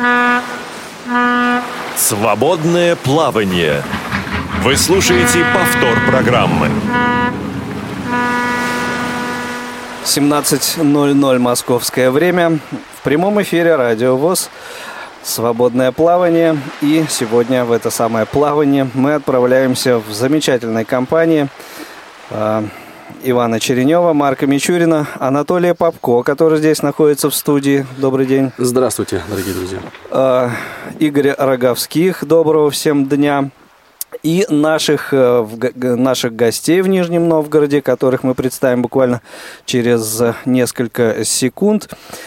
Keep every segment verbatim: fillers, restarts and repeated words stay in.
Свободное плавание. Вы слушаете повтор программы. семнадцать ноль ноль московское время. В прямом эфире Радио ВОС. Свободное плавание. И сегодня в это самое плавание мы отправляемся в замечательной компании э, Ивана Черенева, Марка Мичурина, Анатолия Попко, который здесь находится в студии. Добрый день. Здравствуйте, дорогие друзья. Э, Игоря Роговских. Доброго всем дня. И наших, наших гостей в Нижнем Новгороде, которых мы представим буквально через несколько секунд.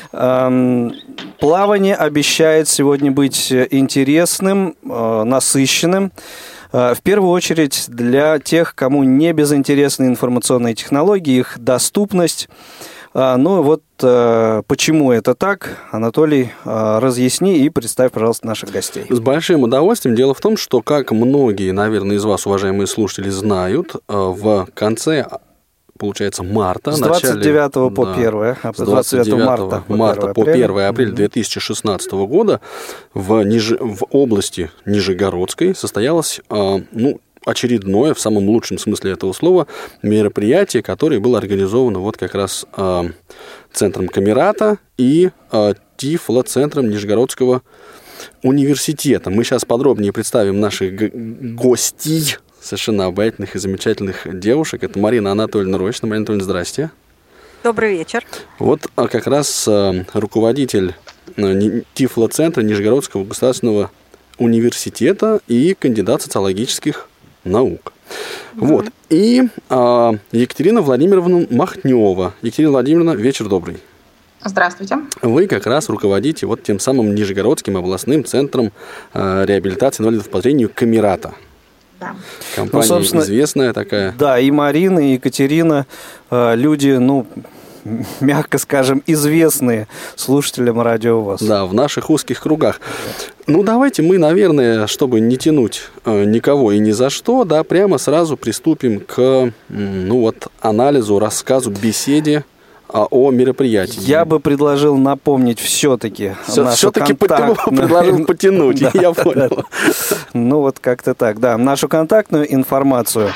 Плавание обещает сегодня быть интересным, насыщенным. В первую очередь для тех, кому не безинтересны информационные технологии, их доступность. Ну вот почему это так, Анатолий, разъясни и представь, пожалуйста, наших гостей. С большим удовольствием. Дело в том, что, как многие, наверное, из вас, уважаемые слушатели, знают, в конце, получается, марта... С двадцать девятого по первое, с двадцать девятого марта по первое апреля две тысячи шестнадцатого года в, Ниж... в области Нижегородской состоялось, ну, очередное, в самом лучшем смысле этого слова, мероприятие, которое было организовано вот как раз э, центром Камерата и э, Тифлоцентром Нижегородского университета. Мы сейчас подробнее представим наших г- гостей, совершенно обаятельных и замечательных девушек. Это Марина Анатольевна Рощина. Марина Анатольевна, здрасте. Добрый вечер. Вот а, как раз э, руководитель э, Тифлоцентра Нижегородского государственного университета и кандидат социологических наук. Mm-hmm. Вот. И а, Екатерина Владимировна Махнева. Екатерина Владимировна, вечер добрый. Здравствуйте. Вы как раз руководите вот тем самым Нижегородским областным центром а, реабилитации инвалидов по зрению Камерата. Да. Компания ну, известная такая. Да, и Марина, и Екатерина, люди, ну, мягко скажем, известные слушателям Радио ВОС. Да, в наших узких кругах. Ну, давайте мы, наверное, чтобы не тянуть э, никого и ни за что, да, прямо сразу приступим к, ну, вот, анализу, рассказу, беседе о, о мероприятии. Я бы предложил напомнить все-таки Все, нашу все-таки контактную... предложил потянуть, я понял. Ну, вот как-то так, да. Нашу контактную информацию.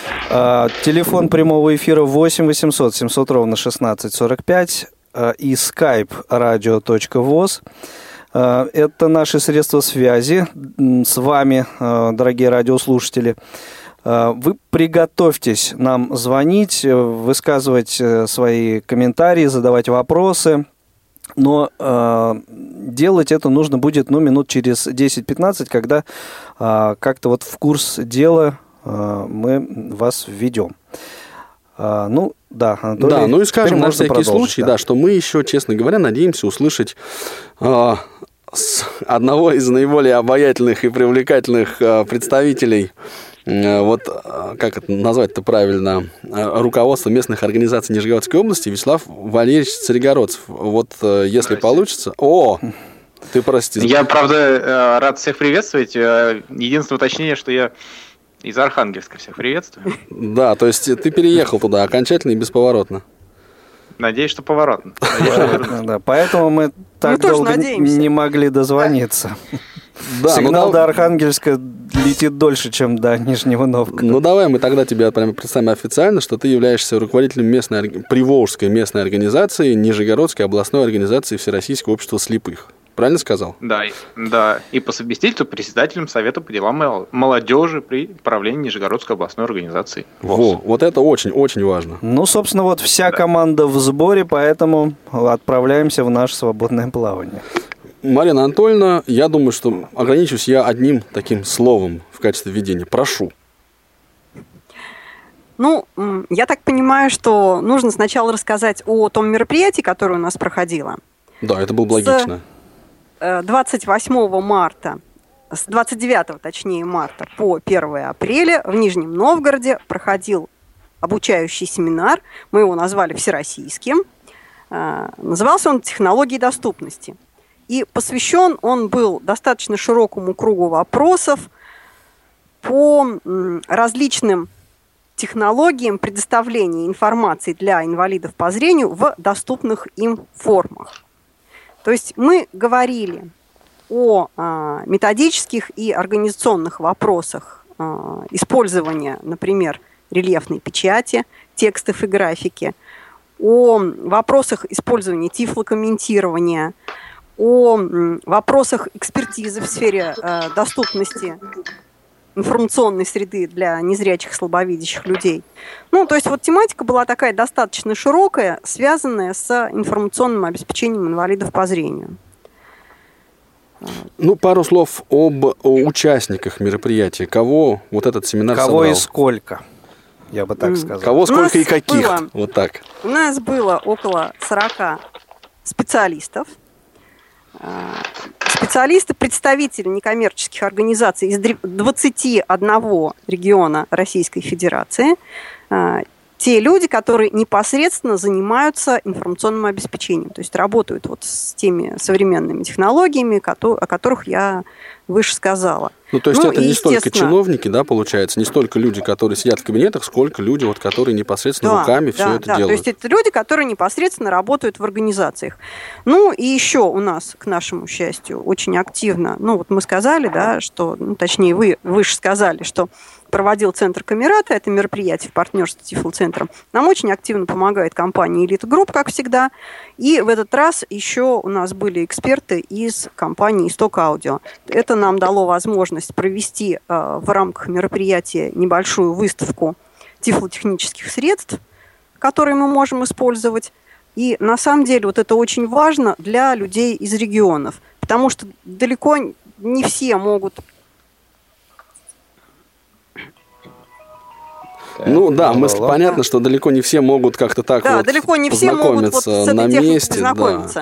Телефон прямого эфира восемь восемьсот семьсот ровно шестнадцать сорок пять и skype radio точка voz. Это наши средства связи с вами, дорогие радиослушатели. Вы приготовьтесь нам звонить, высказывать свои комментарии, задавать вопросы. Но э, делать это нужно будет, ну, минут через десять-пятнадцать, когда э, как-то вот в курс дела э, мы вас введем. Э, ну, да, Анатолий. Да, ну и скажем на всякий случай, да. да, что мы еще, честно говоря, надеемся услышать э, с одного из наиболее обаятельных и привлекательных э, представителей, э, вот как это назвать-то правильно, э, руководства местных организаций Нижегородской области, Вячеслав Валерьевич Царегородцев. Вот э, если получится... О, ты прости. Я, правда, э, рад всех приветствовать. Единственное уточнение, что я из Архангельска всех приветствую. Да, то есть ты переехал туда окончательно и бесповоротно. Надеюсь, что поворотно. Да, поэтому мы так долго не могли дозвониться. Да, Сигнал ну, до Архангельска летит дольше, чем до Нижнего Новгорода. Ну, давай мы тогда тебя прямо представим официально, что ты являешься руководителем местной, Приволжской местной организации, Нижегородской областной организации Всероссийского общества слепых. Правильно сказал? Да, да. И по совместительству председателем Совета по делам молодежи при правлении Нижегородской областной организации. Во, вот это очень-очень важно. Ну, собственно, вот вся да. команда в сборе, поэтому отправляемся в наше свободное плавание. Марина Анатольевна, я думаю, что ограничусь я одним таким словом в качестве введения. Прошу. Ну, я так понимаю, что нужно сначала рассказать о том мероприятии, которое у нас проходило. Да, это было бы логично. С двадцать восьмого марта, с двадцать девятого, точнее, марта по первое апреля в Нижнем Новгороде проходил обучающий семинар. Мы его назвали всероссийским. Назывался он «Технологии доступности». И посвящен он был достаточно широкому кругу вопросов по различным технологиям предоставления информации для инвалидов по зрению в доступных им формах. То есть мы говорили о а, методических и организационных вопросах а, использования, например, рельефной печати, текстов и графики, о вопросах использования тифлокомментирования, о м, вопросах экспертизы в сфере а, доступности информационной среды для незрячих, слабовидящих людей. Ну, то есть вот тематика была такая достаточно широкая, связанная с информационным обеспечением инвалидов по зрению. Ну, пару слов об участниках мероприятия. Кого вот этот семинар Кого собрал? и сколько, я бы так сказал. Кого, сколько и каких? Было, вот так. У нас было около сорока специалистов. Специалисты, представители некоммерческих организаций из двадцати одного региона Российской Федерации. Те люди, которые непосредственно занимаются информационным обеспечением, то есть работают вот с теми современными технологиями, о которых я выше сказала. Ну, то есть ну, это не столько чиновники, да, получается, не столько люди, которые сидят в кабинетах, сколько люди, вот, которые непосредственно да, руками да, все это да. делают. То есть это люди, которые непосредственно работают в организациях. Ну, и еще у нас, к нашему счастью, очень активно, ну, вот мы сказали, да, что, ну, точнее, вы выше сказали, что проводил Центр Камерата, это мероприятие в партнерстве с Тифлоцентром. Нам очень активно помогает компания «Элита Групп», как всегда. И в этот раз еще у нас были эксперты из компании «Исток Аудио». Это нам дало возможность провести э, в рамках мероприятия небольшую выставку тифлотехнических средств, которые мы можем использовать. И на самом деле вот это очень важно для людей из регионов, потому что далеко не все могут... Ну да, мысль понятно, что далеко не все могут как-то так да, вот далеко не все могут вот с этой на месте, познакомиться. Да.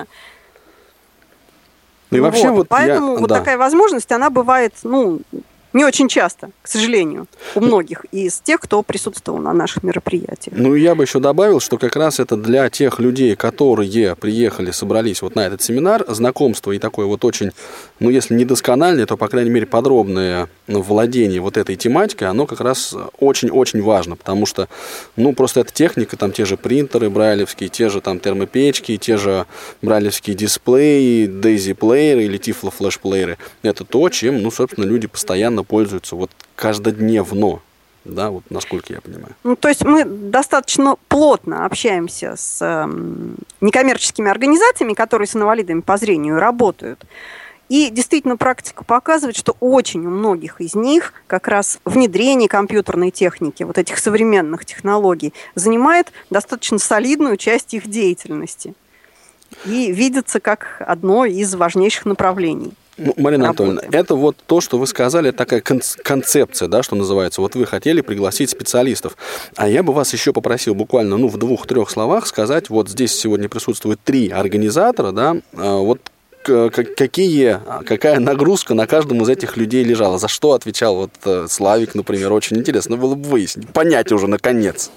Ну и вообще вот, вот поэтому я, вот да. такая возможность, она бывает, ну, не очень часто, к сожалению, у многих из тех, кто присутствовал на наших мероприятиях. Ну, я бы еще добавил, что как раз это для тех людей, которые приехали, собрались вот на этот семинар, знакомство и такое вот очень, ну, если не доскональное, то, по крайней мере, подробное владение вот этой тематикой, оно как раз очень-очень важно, потому что, ну, просто эта техника, там те же принтеры брайлевские, те же там термопечки, те же брайлевские дисплеи, дейзи-плееры или тифло-флеш-плееры, это то, чем, ну, собственно, люди постоянно пользуются вот каждодневно, да, вот насколько я понимаю. Ну, то есть мы достаточно плотно общаемся с э, некоммерческими организациями, которые с инвалидами по зрению работают. И действительно практика показывает, что очень у многих из них как раз внедрение компьютерной техники, вот этих современных технологий, занимает достаточно солидную часть их деятельности и видится как одно из важнейших направлений. Ну, Марина Анатольевна, это вот то, что вы сказали, это такая концепция, да, что называется. Вот вы хотели пригласить специалистов. А я бы вас еще попросил буквально, ну, в двух-трех словах сказать, вот здесь сегодня присутствует три организатора, да, вот какие, какая нагрузка на каждом из этих людей лежала, за что отвечал вот Славик, например, очень интересно было бы выяснить, понять уже наконец.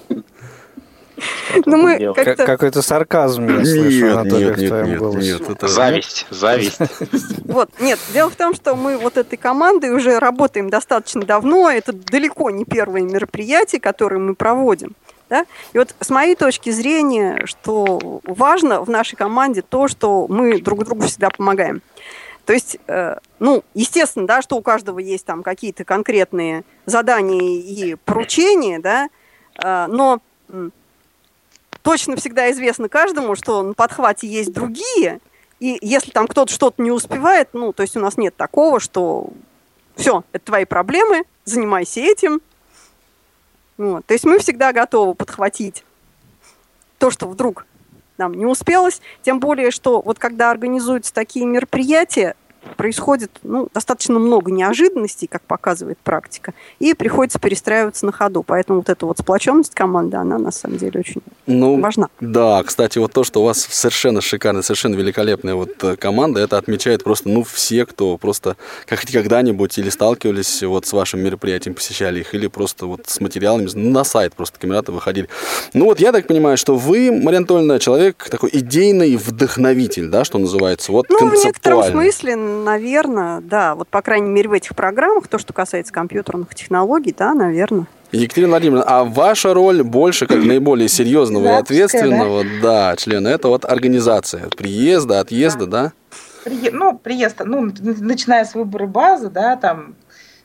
Ну, мы как-то... Какой-то сарказм я слышу, нет, Анатолий, нет, в твоем нет, голосе. нет, это... Зависть, зависть. Вот, нет, дело в том, что мы вот этой командой уже работаем достаточно давно, это далеко не первое мероприятие, которое мы проводим. Да? И вот с моей точки зрения, что важно в нашей команде то, что мы друг другу всегда помогаем. То есть, э, ну, естественно, да, что у каждого есть там какие-то конкретные задания и поручения, да, э, но э, точно всегда известно каждому, что на подхвате есть другие, и если там кто-то что-то не успевает, ну, то есть у нас нет такого, что все, это твои проблемы, занимайся этим. Вот. То есть мы всегда готовы подхватить то, что вдруг нам не успелось. Тем более, что вот когда организуются такие мероприятия, происходит ну, достаточно много неожиданностей, как показывает практика, и приходится перестраиваться на ходу. Поэтому вот эта вот сплоченность команды, она на самом деле очень ну, важна. Да, кстати, вот то, что у вас совершенно шикарная, совершенно великолепная вот команда, это отмечает просто, ну, все, кто просто как когда-нибудь или сталкивались вот с вашим мероприятием, посещали их, или просто вот с материалами, на сайт просто Камерата выходили. Ну вот я так понимаю, что вы, Мария Анатольевна, человек такой идейный вдохновитель, да, что называется, вот ну, концептуальный. В некотором смысле, наверное, да, вот по крайней мере в этих программах, то, что касается компьютерных технологий, да, наверное. Екатерина Владимировна, а ваша роль больше как наиболее серьезного и ответственного, да, члена, это вот организация приезда, отъезда, да? при, ну, приезд, ну, начиная с выбора базы, да, там...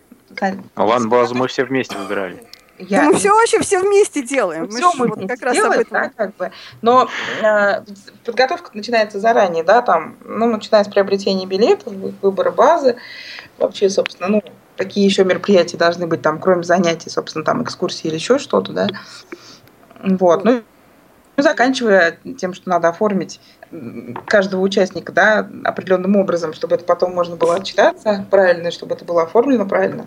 Ладно, базу мы все вместе выбирали. Я... Да мы все вообще все вместе делаем. Ну, все мы вот как раз делаем, об этом. Да, как бы. Но э, подготовка начинается заранее, да, там, ну, начиная с приобретения билетов, выбора базы, вообще, собственно, ну, какие еще мероприятия должны быть там, кроме занятий, собственно, там, экскурсии или еще что-то, да. Вот, ну, заканчивая тем, что надо оформить каждого участника, да, определенным образом, чтобы это потом можно было отчитаться правильно, чтобы это было оформлено правильно.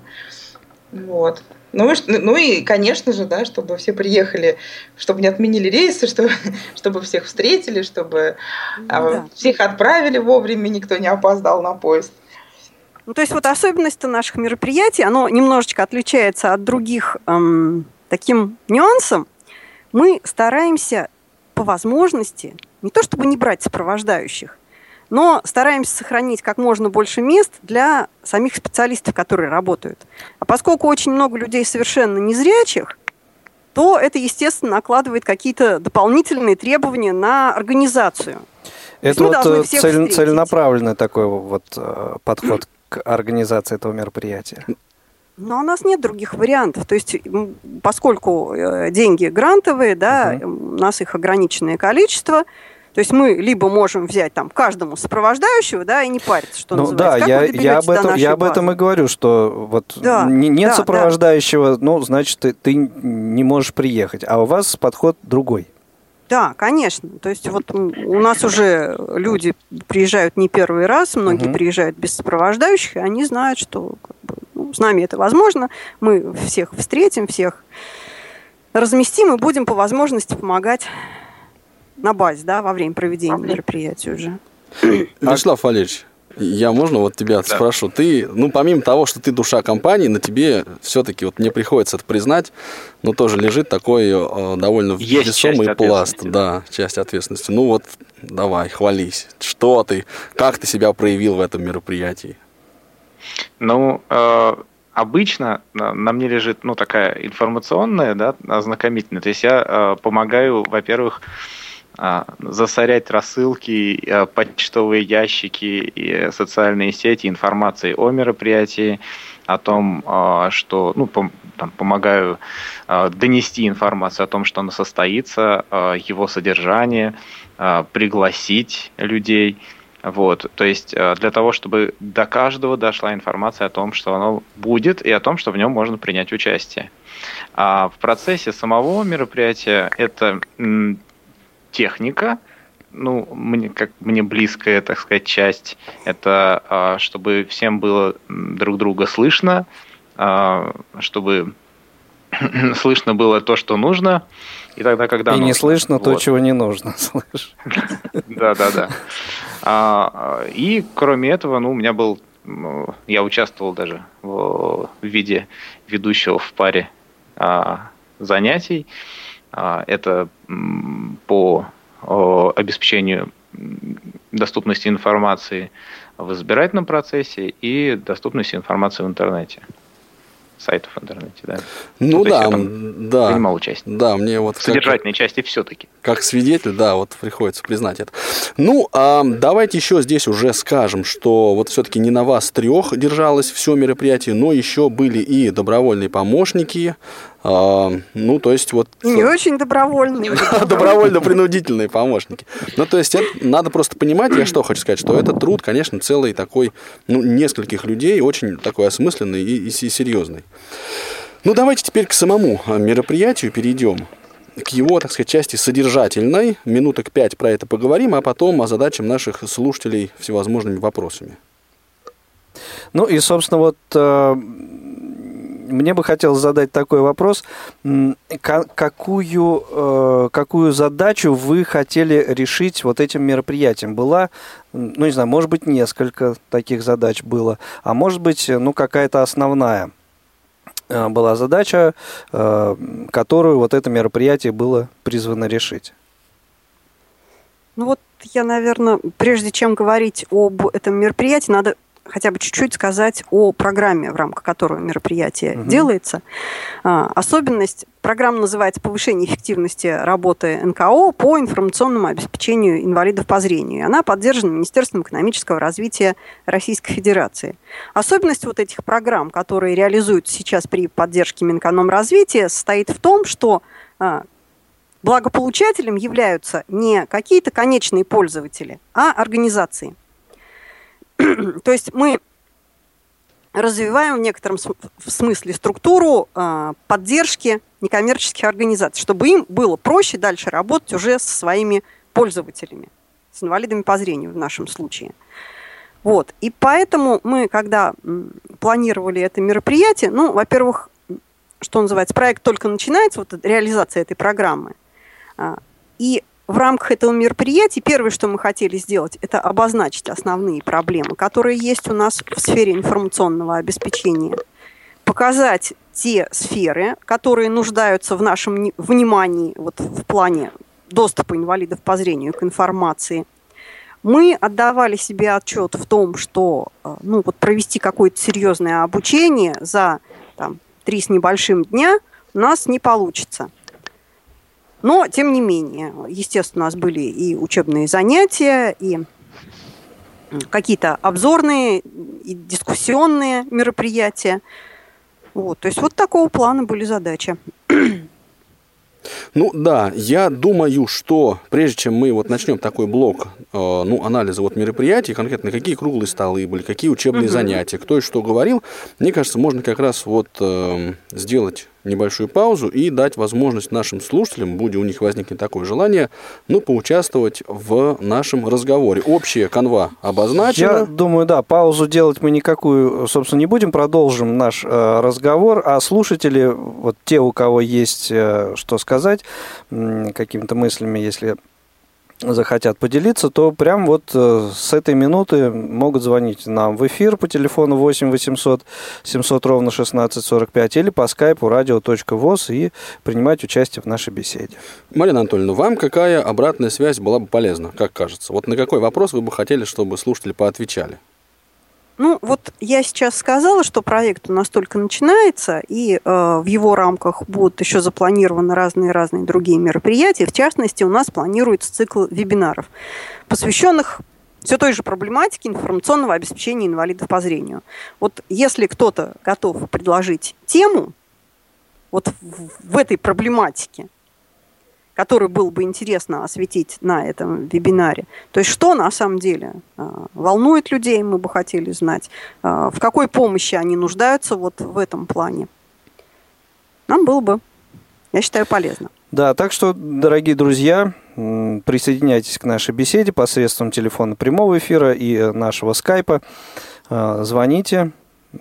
Вот. Ну и, ну и, конечно же, да, чтобы все приехали, чтобы не отменили рейсы, чтобы, чтобы всех встретили, чтобы да. всех отправили вовремя, никто не опоздал на поезд. Ну, то есть вот особенность наших мероприятий, оно немножечко отличается от других эм, таким нюансом. Мы стараемся по возможности, не то чтобы не брать сопровождающих, но стараемся сохранить как можно больше мест для самих специалистов, которые работают. А поскольку очень много людей совершенно незрячих, то это, естественно, накладывает какие-то дополнительные требования на организацию. Это вот цель, целенаправленный такой вот подход к организации этого мероприятия. Но у нас нет других вариантов. То есть, поскольку деньги грантовые, да, uh-huh. у нас их ограниченное количество. То есть мы либо можем взять там каждому сопровождающего, да, и не париться, что ну, называется. Да, я, я об этом, я об этом и говорю, что вот да, нет да, сопровождающего, да. ну, значит, ты, ты не можешь приехать, а у вас подход другой. Да, конечно. То есть вот у нас уже люди приезжают не первый раз, многие угу. приезжают без сопровождающих, и они знают, что как бы, ну, с нами это возможно, мы всех встретим, всех разместим и будем по возможности помогать на базе, да, во время проведения мероприятия уже. Вячеслав Валерьевич, я можно вот тебя да. спрошу? Ты, ну, помимо того, что ты душа компании, на тебе все-таки, вот мне приходится это признать, но тоже лежит такой э, довольно Есть весомый пласт, да, часть ответственности. Ну вот, давай, хвались. Что ты, как ты себя проявил в этом мероприятии? Ну, э, обычно на, на мне лежит, ну, такая информационная, да, ознакомительная. То есть я э, помогаю, во-первых, засорять рассылки, почтовые ящики и социальные сети информацией о мероприятии, о том, что, ну, там, помогаю донести информацию о том, что оно состоится, его содержание, пригласить людей. Вот. То есть для того, чтобы до каждого дошла информация о том, что оно будет, и о том, что в нем можно принять участие. А в процессе самого мероприятия это техника, ну, мне, как мне близкая, так сказать, часть, это чтобы всем было друг друга слышно, чтобы слышно было то, что нужно, и тогда, когда... И нужно. Не слышно вот. То, чего не нужно, слышь. Да-да-да. И, кроме этого, ну, у меня был... Я участвовал даже в виде ведущего в паре занятий. Это по обеспечению доступности информации в избирательном процессе и доступности информации в интернете. Сайтов в интернете, да. Ну, ну да, да. Принимал участие. Да, мне вот... В содержательной как, части все-таки. Как свидетель, да, вот приходится признать это. Ну, а давайте еще здесь уже скажем, что вот все-таки не на вас трех держалось все мероприятие, но еще были и добровольные помощники, а, ну, то есть вот... Не очень добровольные. Добровольно-принудительные помощники. Ну, то есть это надо просто понимать, я что хочу сказать, что это труд, конечно, целый такой, ну, нескольких людей, очень такой осмысленный и, и, и серьезный. Ну, давайте теперь к самому мероприятию перейдем, к его, так сказать, части содержательной. Минуток пять про это поговорим, а потом озадачим наших слушателей всевозможными вопросами. Ну и, собственно, вот э, мне бы хотелось задать такой вопрос. Какую, э, какую задачу вы хотели решить вот этим мероприятием? Была, ну, не знаю, может быть, несколько таких задач было, а может быть, ну, какая-то основная была задача, которую вот это мероприятие было призвано решить? Ну вот я, наверное, прежде чем говорить об этом мероприятии, надо хотя бы чуть-чуть сказать о программе, в рамках которой мероприятие угу. делается. Особенность программы называется «Повышение эффективности работы эн ка о по информационному обеспечению инвалидов по зрению». Она поддержана Министерством экономического развития Российской Федерации. Особенность вот этих программ, которые реализуются сейчас при поддержке Минэкономразвития, состоит в том, что благополучателем являются не какие-то конечные пользователи, а организации. То есть мы развиваем в некотором смысле структуру э, поддержки некоммерческих организаций, чтобы им было проще дальше работать уже со своими пользователями, с инвалидами по зрению в нашем случае. Вот. И поэтому мы, когда м, планировали это мероприятие, ну, во-первых, что называется, проект только начинается, вот реализация этой программы, э, и в рамках этого мероприятия первое, что мы хотели сделать, это обозначить основные проблемы, которые есть у нас в сфере информационного обеспечения, показать те сферы, которые нуждаются в нашем внимании вот, в плане доступа инвалидов по зрению к информации. Мы отдавали себе отчет в том, что ну, вот, провести какое-то серьезное обучение за там, три с небольшим дня у нас не получится. Но, тем не менее, естественно, у нас были и учебные занятия, и какие-то обзорные, и дискуссионные мероприятия. Вот, то есть вот такого плана были задачи. Ну да, я думаю, что прежде чем мы вот начнем такой блок э, ну, анализа вот мероприятий, конкретно какие круглые столы были, какие учебные угу. занятия, кто и что говорил, мне кажется, можно как раз вот э, сделать небольшую паузу и дать возможность нашим слушателям, будь у них возникнет такое желание, ну, поучаствовать в нашем разговоре. Общая канва обозначена. Я думаю, да, паузу делать мы никакую, собственно, не будем. Продолжим наш э, разговор. А слушатели, вот те, у кого есть э, что сказать, э, какими-то мыслями, если захотят поделиться, то прям вот э, с этой минуты могут звонить нам в эфир по телефону восемь восемьсот семьсот ровно шестнадцать сорок пять или по скайпу радио точка воз и принимать участие в нашей беседе. Марина Анатольевна, вам какая обратная связь была бы полезна, как кажется? Вот на какой вопрос вы бы хотели, чтобы слушатели поотвечали? Ну, вот я сейчас сказала, что проект у нас только начинается, и э, в его рамках будут еще запланированы разные-разные другие мероприятия. В частности, у нас планируется цикл вебинаров, посвященных все той же проблематике информационного обеспечения инвалидов по зрению. Вот если кто-то готов предложить тему вот в, в этой проблематике, который было бы интересно осветить на этом вебинаре. То есть что на самом деле волнует людей, мы бы хотели знать, в какой помощи они нуждаются вот в этом плане. Нам было бы, я считаю, полезно. Да, так что, дорогие друзья, присоединяйтесь к нашей беседе посредством телефона прямого эфира и нашего скайпа. Звоните,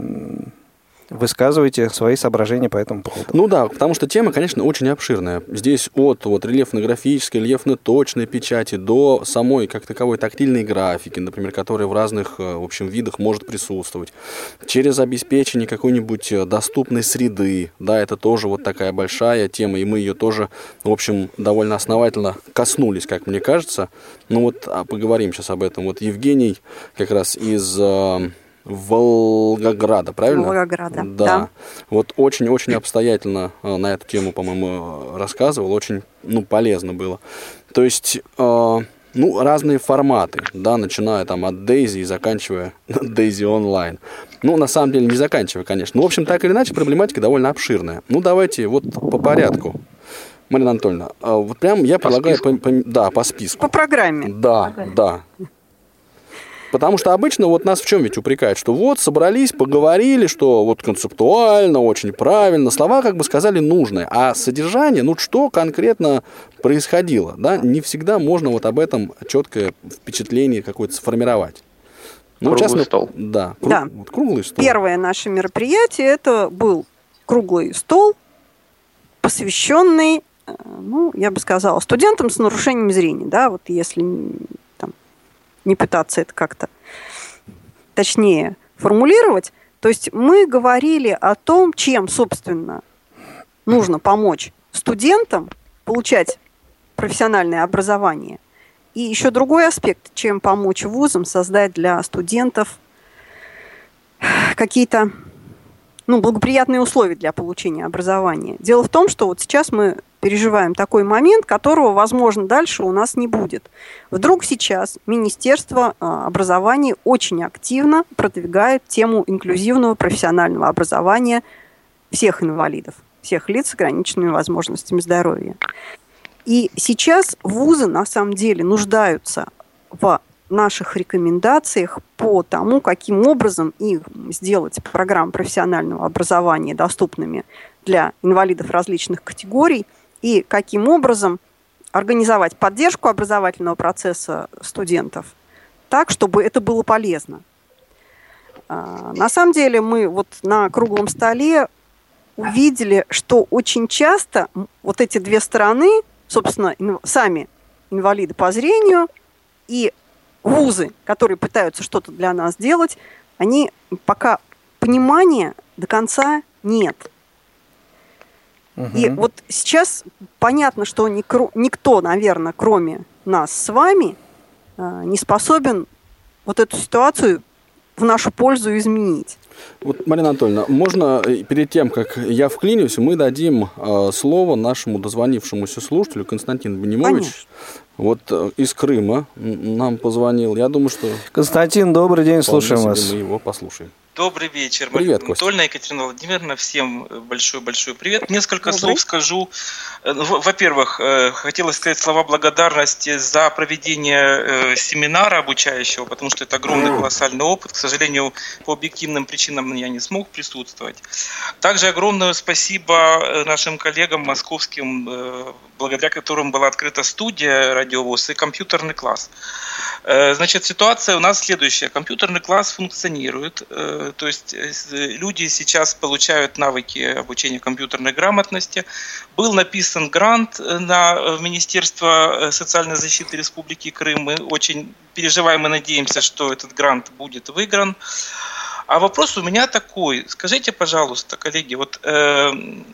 высказывайте свои соображения по этому поводу. Ну да, потому что тема, конечно, очень обширная. Здесь от вот, рельефно-графической, рельефно-точной печати до самой, как таковой, тактильной графики, например, которая в разных, в общем, видах может присутствовать. Через обеспечение какой-нибудь доступной среды. Да, это тоже вот такая большая тема, и мы ее тоже, в общем, довольно основательно коснулись, как мне кажется. Ну вот, а поговорим сейчас об этом. Вот Евгений как раз из Волгограда, правильно? Волгограда, да. да. Вот очень-очень обстоятельно на эту тему, по-моему, рассказывал, очень, ну, полезно было. То есть, э, ну, разные форматы, да, начиная там от Дейзи и заканчивая Дейзи онлайн. Ну, на самом деле, не заканчивая, конечно. Ну, в общем, так или иначе, проблематика довольно обширная. Ну, давайте вот по порядку. Марина Анатольевна, вот прям я по предлагаю, по, по, да, по списку. По программе. Да, Ага. да. Потому что обычно вот нас в чем ведь упрекают, что вот собрались, поговорили, что вот концептуально, очень правильно, слова как бы сказали нужные, а содержание, ну что конкретно происходило, да, не всегда можно вот об этом четкое впечатление какое-то сформировать. Ну, круглый часто, стол. Да, круг, да. Вот, круглый стол. Первое наше мероприятие, это был круглый стол, посвященный, ну, я бы сказала, студентам с нарушением зрения, да, вот если не пытаться это как-то точнее формулировать. То есть мы говорили о том, чем, собственно, нужно помочь студентам получать профессиональное образование. И еще другой аспект, чем помочь вузам создать для студентов какие-то ну, благоприятные условия для получения образования. Дело в том, что вот сейчас мы переживаем такой момент, которого, возможно, дальше у нас не будет. Вдруг сейчас Министерство образования очень активно продвигает тему инклюзивного профессионального образования всех инвалидов, всех лиц с ограниченными возможностями здоровья. И сейчас вузы на самом деле нуждаются в наших рекомендациях по тому, каким образом их сделать программы профессионального образования доступными для инвалидов различных категорий и каким образом организовать поддержку образовательного процесса студентов так, чтобы это было полезно. На самом деле мы вот на круглом столе увидели, что очень часто вот эти две стороны, собственно, сами инвалиды по зрению и вузы, которые пытаются что-то для нас делать, они пока понимания до конца нет. Угу. И вот сейчас понятно, что никто, наверное, кроме нас с вами, не способен вот эту ситуацию в нашу пользу изменить. Вот, Марина Анатольевна, можно перед тем, как я вклинюсь, мы дадим э, слово нашему дозвонившемуся слушателю Константину Бенимовичу. Вот э, из Крыма нам позвонил. Я думаю, что... Константин, добрый день, слушаем вас. Мы его послушаем. Добрый вечер, привет, Марина Анатольевна, Екатерина Владимировна. Всем большой-большой привет. Несколько Добрый. слов скажу. Во-первых, хотелось сказать слова благодарности за проведение семинара обучающего, потому что это огромный колоссальный опыт. К сожалению, по объективным причинам я не смог присутствовать. Также огромное спасибо нашим коллегам московским, благодаря которым была открыта студия «Радиовоз» и компьютерный класс. Значит, ситуация у нас следующая. Компьютерный класс функционирует. То есть люди сейчас получают навыки обучения компьютерной грамотности. Был написан грант на Министерство социальной защиты Республики Крым. Мы очень переживаем и надеемся, что этот грант будет выигран. А вопрос у меня такой. Скажите, пожалуйста, коллеги, вот э,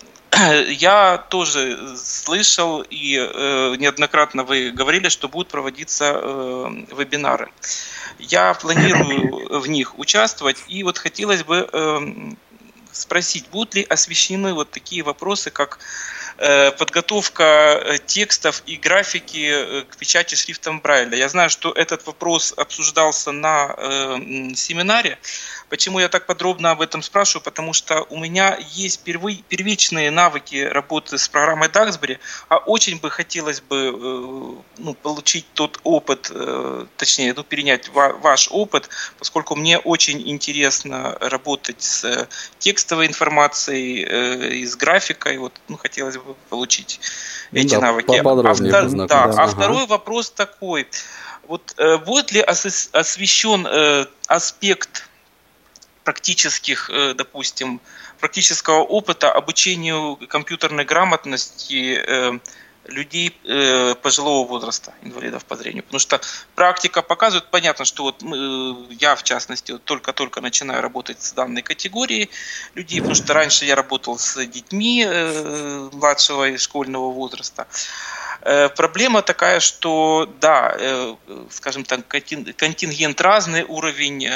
я тоже слышал и э, неоднократно вы говорили, что будут проводиться э, вебинары. Я планирую в них участвовать, и вот хотелось бы э, спросить, будут ли освещены вот такие вопросы, как э, подготовка текстов и графики к печати шрифтом Брайля. Я знаю, что этот вопрос обсуждался на э, семинаре. Почему я так подробно об этом спрашиваю? Потому что у меня есть первый, первичные навыки работы с программой Даксбери, а очень бы хотелось бы ну, получить тот опыт, точнее, ну, перенять ваш опыт, поскольку мне очень интересно работать с текстовой информацией и с графикой. Вот, ну, хотелось бы получить ну, эти да, навыки. А, втор... да, а ага. второй вопрос такой. Вот, будет ли освещен аспект практических, допустим, практического опыта обучению компьютерной грамотности людей пожилого возраста, инвалидов по зрению. Потому что практика показывает, понятно, что вот я, в частности, вот только-только начинаю работать с данной категорией людей, потому что раньше я работал с детьми младшего и школьного возраста. Проблема такая, что, да, скажем так, контингент разный, уровень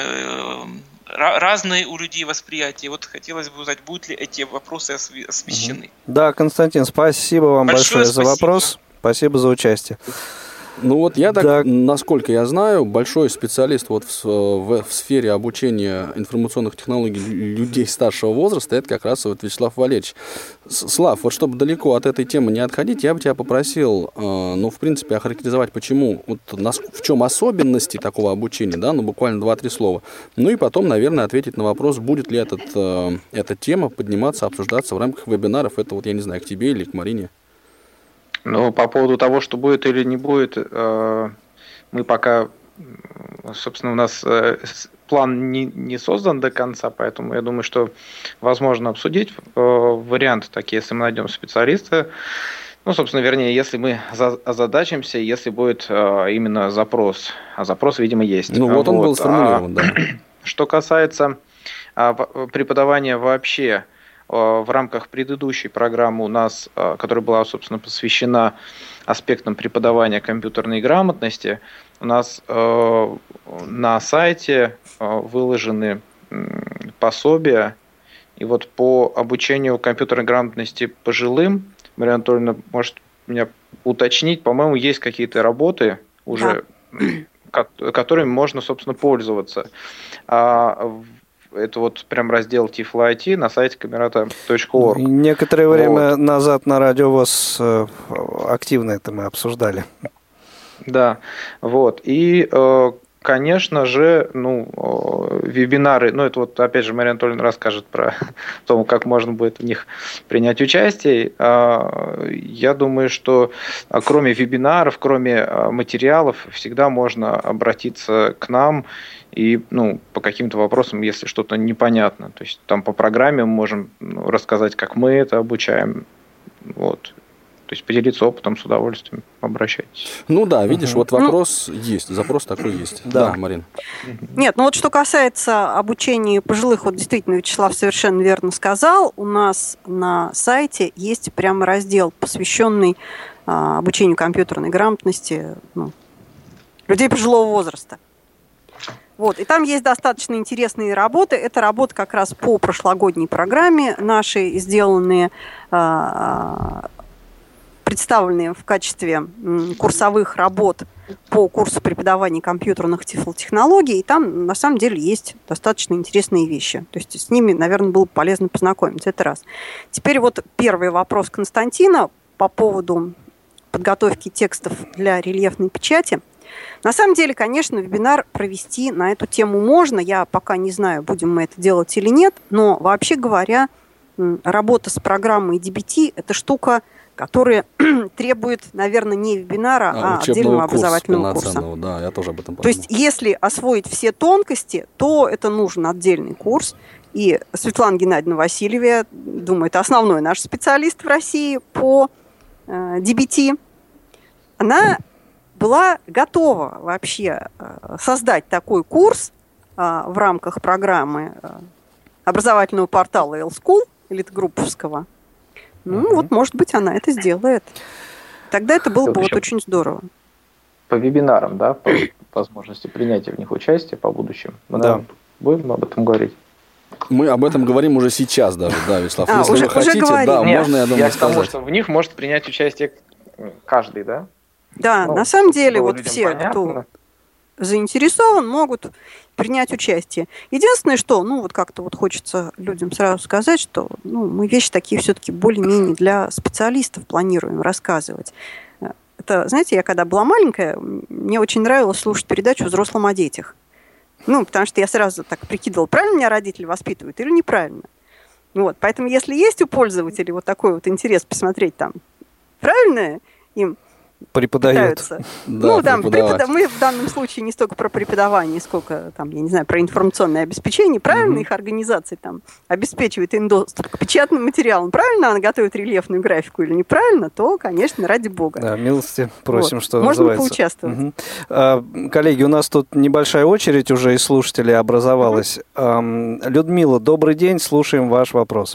разные у людей восприятия. Вот хотелось бы узнать, будут ли эти вопросы освещены. Да, Константин, спасибо вам большое, большое за спасибо. вопрос. Спасибо за участие. Ну вот я так, да. насколько я знаю, большой специалист вот в, в, в сфере обучения информационных технологий людей старшего возраста, это как раз вот Вячеслав Валерьевич. Слав, вот чтобы далеко от этой темы не отходить, я бы тебя попросил, э, ну, в принципе, охарактеризовать, почему, вот, нас, в чем особенности такого обучения, да, ну, буквально два-три слова. Ну и потом, наверное, ответить на вопрос, будет ли этот, э, эта тема подниматься, обсуждаться в рамках вебинаров. Это вот, я не знаю, к тебе или к Марине. Ну, по поводу того, что будет или не будет, мы пока, собственно, у нас план не, не создан до конца, поэтому я думаю, что возможно обсудить варианты такие, если мы найдем специалиста. Ну, собственно, вернее, если мы озадачимся, если будет именно запрос. А запрос, видимо, есть. Ну, вот он вот. был сформулирован, а, да. Что касается преподавания вообще, в рамках предыдущей программы у нас, которая была, собственно, посвящена аспектам преподавания компьютерной грамотности, у нас на сайте выложены пособия. И вот по обучению компьютерной грамотности пожилым, Мария Анатольевна может меня уточнить, по-моему, есть какие-то работы уже, да. которыми можно, собственно, пользоваться. А это вот прям раздел Тифло ай ти на сайте камерата точка орг. Некоторое вот. время назад на Радио ВОС активно это мы обсуждали. Да, вот. И, конечно же, ну, вебинары, ну, это вот, опять же, Мария Анатольевна расскажет про то, как можно будет в них принять участие. Я думаю, что кроме вебинаров, кроме материалов, всегда можно обратиться к нам и, ну, по каким-то вопросам, если что-то непонятно. То есть там по программе мы можем ну, рассказать, как мы это обучаем. Вот. То есть поделиться опытом с удовольствием, обращайтесь. Ну да, видишь, угу. вот вопрос ну, есть, запрос такой есть. Да, да Марин. Нет, ну вот что касается обучения пожилых, вот действительно Вячеслав совершенно верно сказал, у нас на сайте есть прямо раздел, посвященный а, обучению компьютерной грамотности ну, людей пожилого возраста. Вот, и там есть достаточно интересные работы. Это работы как раз по прошлогодней программе нашей, сделанные... А, представленные в качестве курсовых работ по курсу преподавания компьютерных тифлотехнологий, и там на самом деле есть достаточно интересные вещи. То есть с ними, наверное, было бы полезно познакомиться. Это раз. Теперь вот первый вопрос Константина по поводу подготовки текстов для рельефной печати. На самом деле, конечно, вебинар провести на эту тему можно. Я пока не знаю, будем мы это делать или нет, но вообще говоря, работа с программой ди би ти – это штука, которые требуют, наверное, не вебинара, а, а отдельного образовательного курса. Да, я тоже об этом подумал. То есть, если освоить все тонкости, то это нужен отдельный курс. И Светлана Геннадьевна Васильева, я думаю, это основной наш специалист в России по э, ди би ти. Она была готова вообще э, создать такой курс э, в рамках программы э, образовательного портала L-School, элитгрупповского. Ну, mm-hmm. вот, может быть, она это сделает. Тогда это было бы вот очень здорово. По вебинарам, да, по возможности принятия в них участия по будущему. Мы да. будем об этом говорить. Мы об этом говорим уже сейчас даже, да, Вячеслав. А, Если уже, вы хотите, уже да, Нет, можно, я думаю, я сказать. Потому что в них может принять участие каждый, да? Да, ну, на самом деле, вот все, понятно. Кто заинтересован, могут принять участие. Единственное, что, ну, вот как-то вот хочется людям сразу сказать, что ну, мы вещи такие все-таки более-менее для специалистов планируем рассказывать. Это, знаете, я когда была маленькая, мне очень нравилось слушать передачу «Взрослым о детях». Ну, потому что я сразу так прикидывала, правильно меня родители воспитывают или неправильно. Вот, поэтому если есть у пользователей вот такой вот интерес посмотреть там, правильно им преподают. Да, ну, там, препода... мы в данном случае не столько про преподавание, сколько, там, я не знаю, про информационное обеспечение. Правильно mm-hmm. их организация там обеспечивает им доступ к печатным материалам. Правильно она готовит рельефную графику или неправильно, то, конечно, ради бога. Да, милости просим, вот. Что Можно называется. Можно поучаствовать. Угу. А, коллеги, у нас тут небольшая очередь уже из слушателей образовалась. Mm-hmm. А, Людмила, добрый день, слушаем ваш вопрос.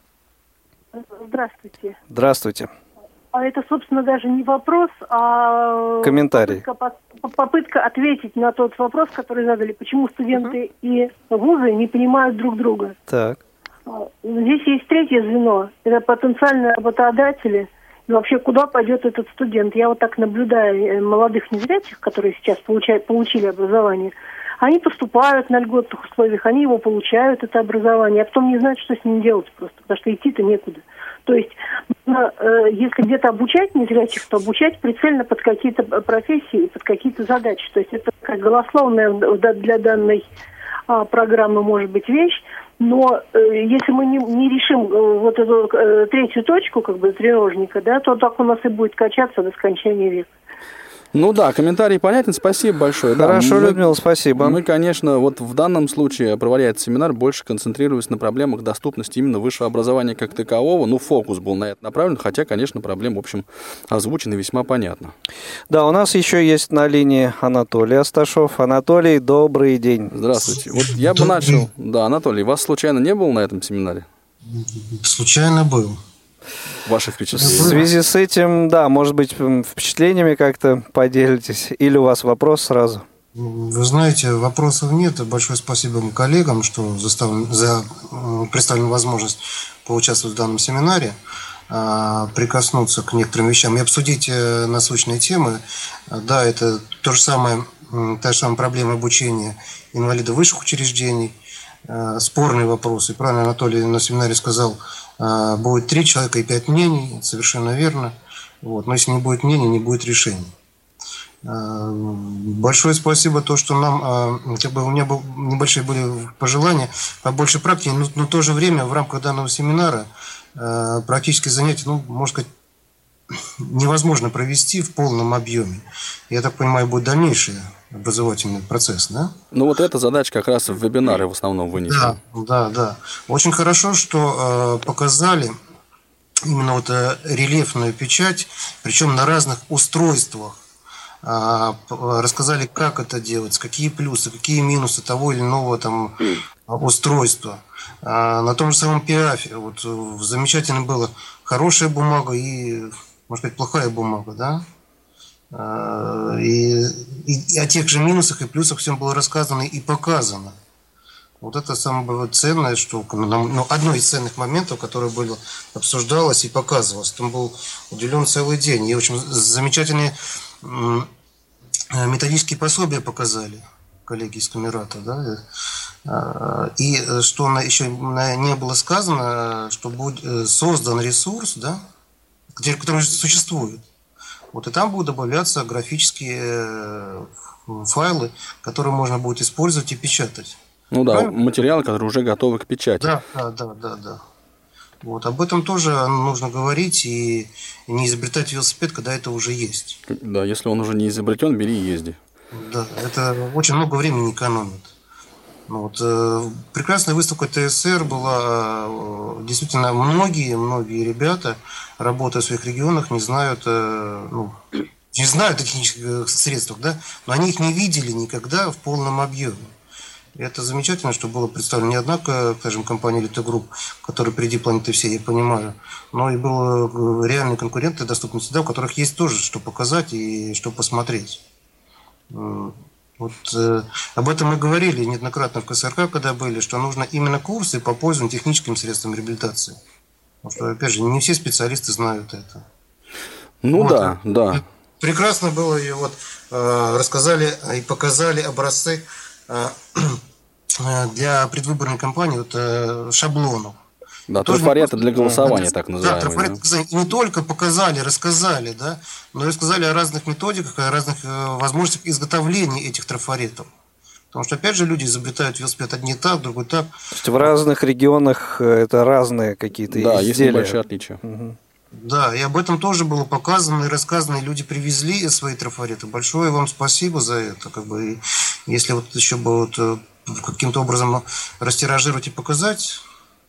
Здравствуйте. Здравствуйте. А это, собственно, даже не вопрос, а комментарий. Попытка, попытка ответить на тот вопрос, который задали. Почему студенты uh-huh. и вузы не понимают друг друга? Так. Здесь есть третье звено. Это потенциальные работодатели. И вообще, куда пойдет этот студент? Я вот так наблюдаю молодых незрячих, которые сейчас получают, получили образование. Они поступают на льготных условиях, они его получают, это образование, а потом не знают, что с ним делать просто, потому что идти-то некуда. То есть, если где-то обучать незрячих, то обучать прицельно под какие-то профессии, под какие-то задачи. То есть это как голословная для данной программы может быть вещь, но если мы не, не решим вот эту третью точку, как бы треножника, да, то так у нас и будет качаться до скончания века. Ну да, комментарий понятен, спасибо большое. Хорошо, да, мы, Людмила, спасибо. Мы, конечно, вот в данном случае, проводя этот семинар, больше концентрируясь на проблемах доступности именно высшего образования как такового. Ну, фокус был на это направлен, хотя, конечно, проблема, в общем, озвучена весьма понятно. Да, у нас еще есть на линии Анатолий Асташов. Анатолий, добрый день. Здравствуйте. Вот я бы начал... Да, Анатолий, вас случайно не было на этом семинаре? Случайно был. Ваши впечатления? В связи с этим, да, может быть, впечатлениями как-то поделитесь? Или у вас вопрос сразу? Вы знаете, вопросов нет. Большое спасибо коллегам, что заставлен, за представленную возможность поучаствовать в данном семинаре, прикоснуться к некоторым вещам и обсудить насущные темы. Да, это то же самое, та же самая проблема обучения инвалидов высших учреждений. Спорные вопросы. Правильно Анатолий на семинаре сказал, будет три человека и пять мнений. Это совершенно верно. Вот. Но если не будет мнений, не будет решений. Большое спасибо, то, что нам, как бы у меня был, небольшие были пожелания, побольше практики, но, но в то же время в рамках данного семинара практические занятия, ну, можно сказать, невозможно провести в полном объеме. Я так понимаю, будет дальнейший образовательный процесс, да? Ну, вот эта задача как раз в вебинары в основном вынесена. Да, да, да. Очень хорошо, что э, показали именно вот э, рельефную печать, причем на разных устройствах. Э, рассказали, как это делать, какие плюсы, какие минусы того или иного там устройства. Э, на том же самом пиафе вот, замечательно было хорошая бумага и, может быть, плохая бумага, да? И, и, и о тех же минусах и плюсах всем было рассказано и показано. Вот это самое ценное, что, ну, одно из ценных моментов, которое было обсуждалось и показывалось. Там был уделен целый день. И очень замечательные методические пособия показали коллеги из Камерата. Да? И что еще не было сказано, что будет создан ресурс, да, который существует. Вот и там будут добавляться графические файлы, которые можно будет использовать и печатать. Ну да, правильно? Материалы, которые уже готовы к печати. Да, да, да, да, да. Вот об этом тоже нужно говорить и не изобретать велосипед, когда это уже есть. Да, если он уже не изобретен, бери и езди. Да, это очень много времени экономит. Вот. Прекрасная выставка ТСР была. Действительно, многие, многие ребята, работая в своих регионах, не знают, ну, не знают о технических средствах, да, но они их не видели никогда в полном объеме. И это замечательно, что было представлено не одна, скажем, компания Elite Group, которая впереди планеты всей, я понимаю, но и были реальные конкуренты доступности, да, у которых есть тоже что показать и что посмотреть. Вот э, об этом мы говорили неоднократно в КСРК, когда были, что нужно именно курсы по пользованию техническим средством реабилитации. Потому что, опять же, не все специалисты знают это. Ну вот. да, да. Прекрасно было, и вот э, рассказали и показали образцы э, для предвыборной кампании вот, э, шаблонов. Да, трафареты для голосования, так называемые. Да, трафареты да? И не только показали, рассказали, да, но и рассказали о разных методиках, о разных э, возможностях изготовления этих трафаретов. Потому что, опять же, люди изобретают велосипед одни так, другой так. То есть в разных регионах это разные какие-то да, изделия. Да, есть небольшие отличия. Угу. Да, и об этом тоже было показано и рассказано, и люди привезли свои трафареты. Большое вам спасибо за это. Как бы, и если вот еще бы вот, каким-то образом растиражировать и показать...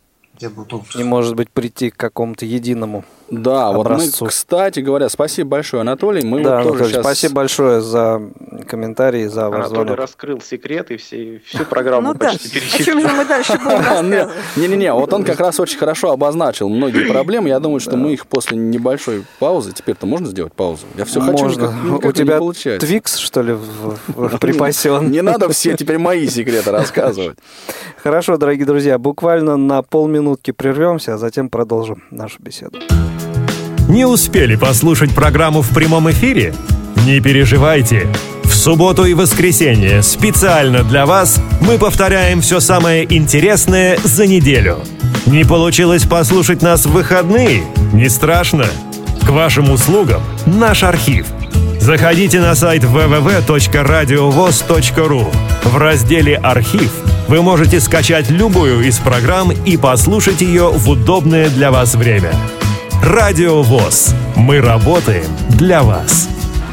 И, может быть, прийти к какому-то единому да, образцу. Вот мы, кстати говоря, спасибо большое, Анатолий. Мы да, вот тоже Анатолий, сейчас... спасибо большое за комментарии, за ваш Анатолий звонок. раскрыл секрет и все, всю программу ну, почти да. перечислил. О чем же мы дальше будем рассказывать? Не-не-не, вот он как раз очень хорошо обозначил многие проблемы. Я думаю, что мы их после небольшой паузы, теперь-то можно сделать паузу? Я все хочу, никак, У тебя не получается. Твикс, что ли, припасен? Не надо все теперь мои секреты рассказывать. Хорошо, дорогие друзья, буквально на полминутки прервемся, а затем продолжим нашу беседу. Не успели послушать программу в прямом эфире? Не переживайте. В субботу и воскресенье специально для вас мы повторяем все самое интересное за неделю. Не получилось послушать нас в выходные? Не страшно. К вашим услугам наш архив. Заходите на сайт дабл ю дабл ю дабл ю точка радиовоз точка ру. В разделе «Архив» вы можете скачать любую из программ и послушать ее в удобное для вас время. Радио ВОС. Мы работаем для вас.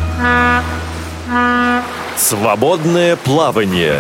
Свободное плавание.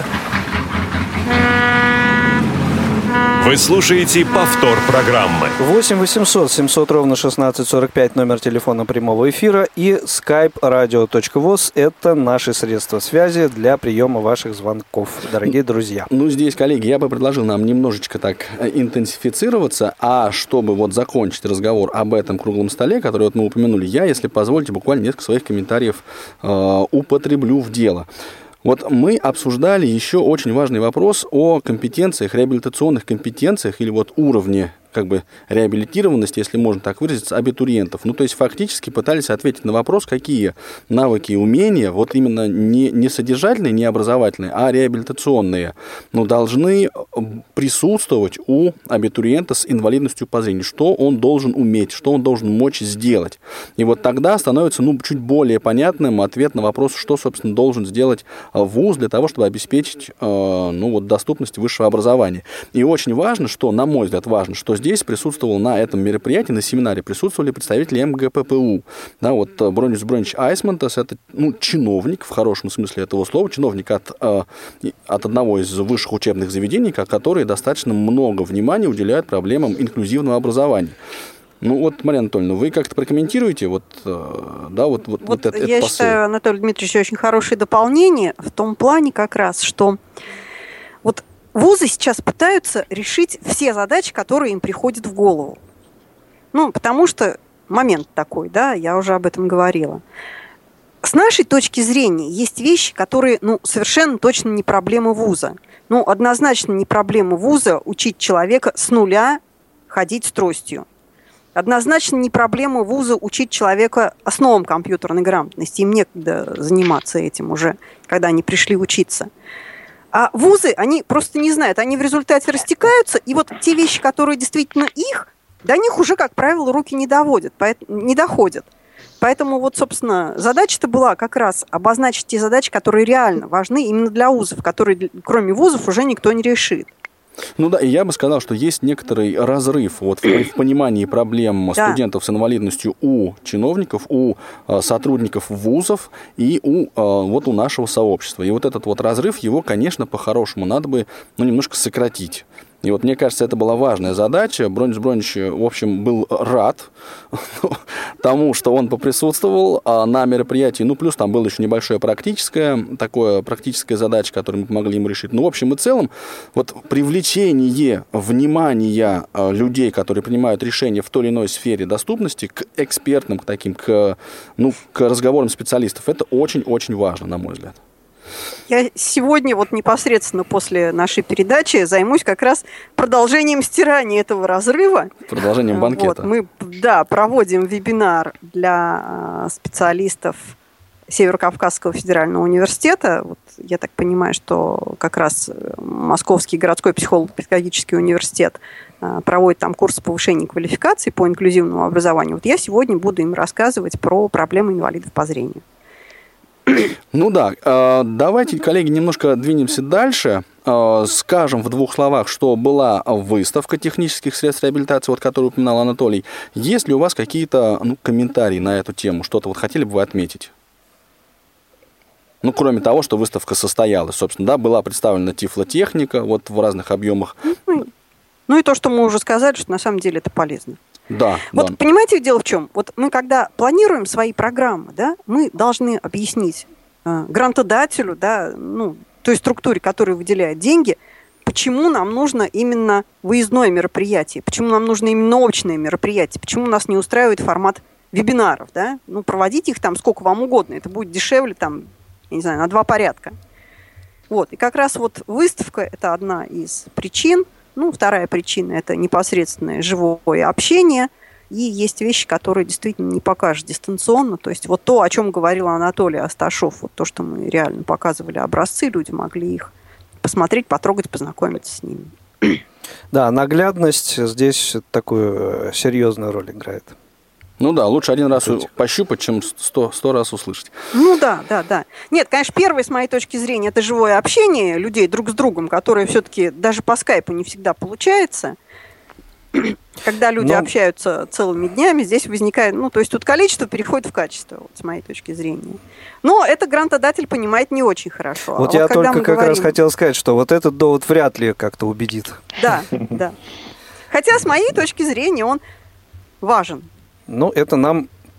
Вы слушаете повтор программы. восемь восемьсот семьсот ровно шестнадцать сорок пять номер телефона прямого эфира и skype radio точка voz – это наши средства связи для приема ваших звонков, дорогие друзья. Ну, здесь, коллеги, я бы предложил нам немножечко так интенсифицироваться, а чтобы вот закончить разговор об этом круглом столе, который вот мы упомянули, я, если позволите, буквально несколько своих комментариев э, употреблю в дело. Вот мы обсуждали еще очень важный вопрос о компетенциях, реабилитационных компетенциях или вот уровне как бы реабилитированности, если можно так выразиться, абитуриентов. Ну, то есть фактически пытались ответить на вопрос, какие навыки и умения, вот именно не, не содержательные, не образовательные, а реабилитационные, ну, должны присутствовать у абитуриента с инвалидностью по зрению. Что он должен уметь, что он должен мочь сделать. И вот тогда становится, ну, чуть более понятным ответ на вопрос, что, собственно, должен сделать вуз для того, чтобы обеспечить, э, ну, вот, доступность высшего образования. И очень важно, что, на мой взгляд, важно, что здесь присутствовал на этом мероприятии, на семинаре, присутствовали представители эм гэ пэ пэ у. Да, вот Бронис Бронич Айсмантас, это, ну, чиновник, в хорошем смысле этого слова, чиновник от, э, от одного из высших учебных заведений, которые достаточно много внимания уделяют проблемам инклюзивного образования. Ну вот, Мария Анатольевна, вы как-то прокомментируете вот, да, вот, вот, вот, вот этот, я этот считаю, Анатолий Дмитриевич, очень хорошее дополнение в том плане как раз, что вот вузы сейчас пытаются решить все задачи, которые им приходят в голову. Ну, потому что момент такой, да, я уже об этом говорила. С нашей точки зрения есть вещи, которые, ну, совершенно точно не проблема вуза. Ну, однозначно не проблема вуза учить человека с нуля ходить с тростью. Однозначно не проблема вуза учить человека основам компьютерной грамотности. Им некогда заниматься этим уже, когда они пришли учиться. А вузы, они просто не знают, они в результате растекаются, и вот те вещи, которые действительно их, до них уже, как правило, руки не доводят, не доходят. Поэтому вот, собственно, задача-то была как раз обозначить те задачи, которые реально важны именно для вузов, которые, кроме вузов, уже никто не решит. Ну да, и я бы сказал, что есть некоторый разрыв вот в, в понимании проблем да. студентов с инвалидностью у чиновников, у э, сотрудников вузов и у, э, вот у нашего сообщества. И вот этот вот разрыв, его, конечно, по-хорошему надо бы, ну, немножко сократить. И вот мне кажется, это была важная задача. Бронис Бронич, в общем, был рад тому, что он поприсутствовал на мероприятии. Ну, плюс там было еще небольшое практическое, такое практическая задача, которую мы помогли ему решить. Ну, в общем и целом, вот привлечение внимания людей, которые принимают решения в той или иной сфере доступности, к экспертным, к таким, к, ну, к разговорам специалистов, это очень-очень важно, на мой взгляд. Я сегодня вот непосредственно после нашей передачи займусь как раз продолжением стирания этого разрыва. Продолжением банкета. Вот, мы, да, проводим вебинар для специалистов Северо-Кавказского федерального университета. Вот, я так понимаю, что как раз Московский городской психолого-педагогический университет проводит там курсы повышения квалификации по инклюзивному образованию. Вот я сегодня буду им рассказывать про проблемы инвалидов по зрению. Ну да, давайте, коллеги, немножко двинемся дальше. Скажем в двух словах, что была выставка технических средств реабилитации, вот, которую упоминал Анатолий. Есть ли у вас какие-то, ну, комментарии на эту тему? Что-то вот хотели бы вы отметить? Ну, кроме того, что выставка состоялась, собственно, да, была представлена тифлотехника вот в разных объемах. Ну, ну и то, что мы уже сказали, что на самом деле это полезно. Да, вот да. Понимаете, дело в чем? Вот мы, когда планируем свои программы, да, мы должны объяснить э, грантодателю, да, ну, той структуре, которая выделяет деньги, почему нам нужно именно выездное мероприятие, почему нам нужно именно очное мероприятие, почему нас не устраивает формат вебинаров, да, ну, проводите их там сколько вам угодно, это будет дешевле, там, я не знаю, на два порядка. Вот, и как раз вот выставка – это одна из причин. Ну, вторая причина – это непосредственное живое общение. И есть вещи, которые действительно не покажешь дистанционно. То есть вот то, о чем говорил Анатолий Асташов, вот то, что мы реально показывали образцы, люди могли их посмотреть, потрогать, познакомиться с ними. Да, наглядность здесь такую серьезную роль играет. Ну да, лучше один раз пощупать, чем сто, сто раз услышать. Ну да, да, да. Нет, конечно, первое, с моей точки зрения, это живое общение людей друг с другом, которое все-таки даже по скайпу не всегда получается. Когда люди Но... общаются целыми днями, здесь возникает, ну, то есть тут количество переходит в качество, вот, с моей точки зрения. Но это грантодатель понимает не очень хорошо. Вот а я вот только как говорим... раз хотел сказать, что вот этот довод вряд ли как-то убедит. Да, да. Хотя с моей точки зрения он важен. Ну, это нам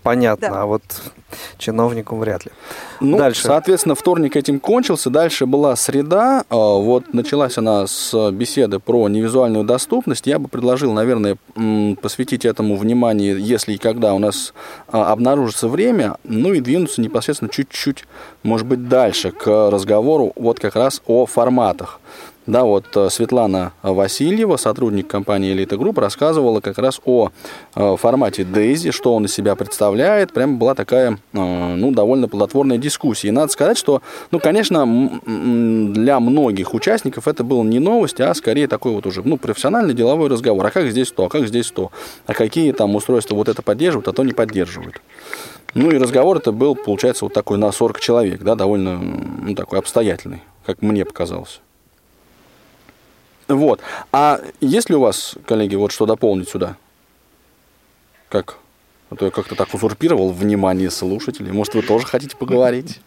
понятно, Да. а вот чиновнику вряд ли. Ну, Дальше. Соответственно, вторник этим кончился. Дальше была среда. Вот началась она с беседы про невизуальную доступность. Я бы предложил, наверное, посвятить этому внимание, если и когда у нас обнаружится время, ну и двинуться непосредственно чуть-чуть, может быть, дальше к разговору вот как раз о форматах. Да, вот Светлана Васильева, сотрудник компании «Элита Групп», рассказывала как раз о э, формате Дейзи, что он из себя представляет. Прямо была такая, э, ну, довольно плодотворная дискуссия. И надо сказать, что, ну, конечно, м- для многих участников это была не новость, а скорее такой вот уже, ну, профессиональный деловой разговор. А как здесь то, а как здесь то, а какие там устройства вот это поддерживают, а то не поддерживают. Ну, и разговор это был, получается, вот такой на сорок человек, да, довольно, ну, такой обстоятельный, как мне показалось. Вот. А есть ли у вас, коллеги, вот что дополнить сюда? Как? А то я как-то так узурпировал внимание слушателей. Может, вы тоже хотите поговорить?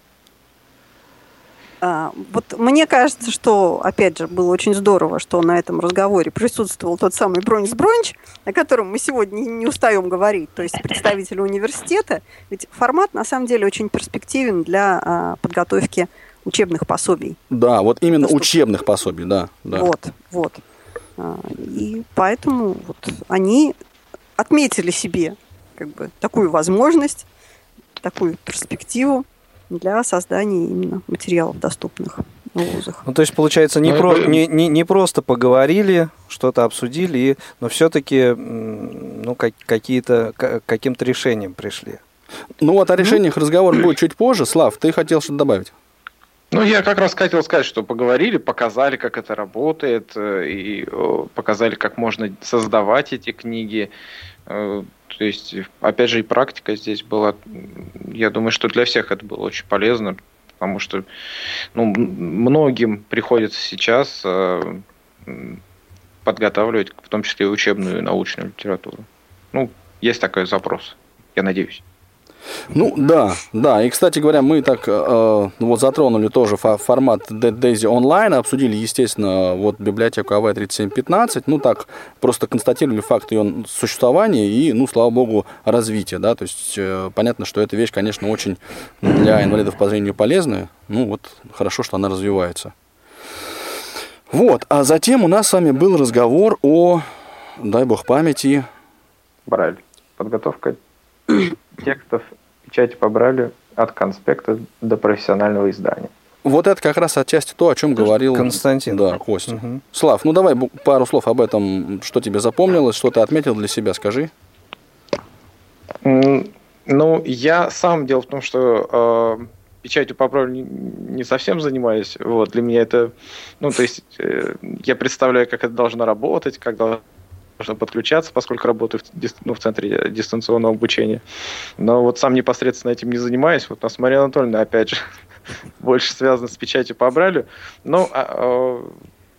А, вот мне кажется, что, опять же, было очень здорово, что на этом разговоре присутствовал тот самый Бронис Бронич, о котором мы сегодня не устаем говорить, то есть представители университета. Ведь формат, на самом деле, очень перспективен для а, подготовки учебных пособий. Да, вот именно Доступ. учебных пособий, да, да. Вот, вот. И поэтому вот они отметили себе как бы такую возможность, такую перспективу для создания именно материалов, доступных в вузах. Ну, то есть, получается, не, Ну, про, это- не, не, не просто поговорили, что-то обсудили, и- но все-таки ну, как, какие-то, к- каким-то решением пришли. Ну вот о решениях разговор будет чуть позже. Слав, ты хотел что-то добавить? Ну, я как раз хотел сказать, что поговорили, показали, как это работает, э, и э, показали, как можно создавать эти книги. Э, То есть, опять же, и практика здесь была. Я думаю, что для всех это было очень полезно, потому что ну, м- многим приходится сейчас э, м, подготавливать, в том числе и учебную и научную литературу. Ну, есть такой запрос, я надеюсь. Ну да, да. И, кстати говоря, мы так э, вот затронули тоже фо- формат Дейзи онлайн, обсудили, естественно, вот библиотеку эй ви тридцать семь пятнадцать. Ну так, просто констатировали факт ее существования и, ну, слава богу, развития. Да? То есть э, понятно, что эта вещь, конечно, очень для инвалидов по зрению полезная. Ну вот, хорошо, что она развивается. Вот, а затем у нас с вами был разговор о, дай бог памяти, Брайль. Подготовка текстов, печати по Брайлю от конспекта до профессионального издания. вот это как раз отчасти то, о чем говорил Константин. Да, Костя. Угу. Слав, ну давай бу- пару слов об этом, что тебе запомнилось, что ты отметил для себя, скажи. М, Ну, я сам, дело в том, что э, печатью по Брайлю не, не совсем занимаюсь. Вот, для меня это, ну, то есть, э, я представляю, как это должно работать, как должно подключаться, поскольку работаю в, дис- ну, в центре дистанционного обучения. Но вот сам непосредственно этим не занимаюсь. Вот у нас Мария Анатольевна, опять же, больше связана с печатью по Брайлю. Но а, а,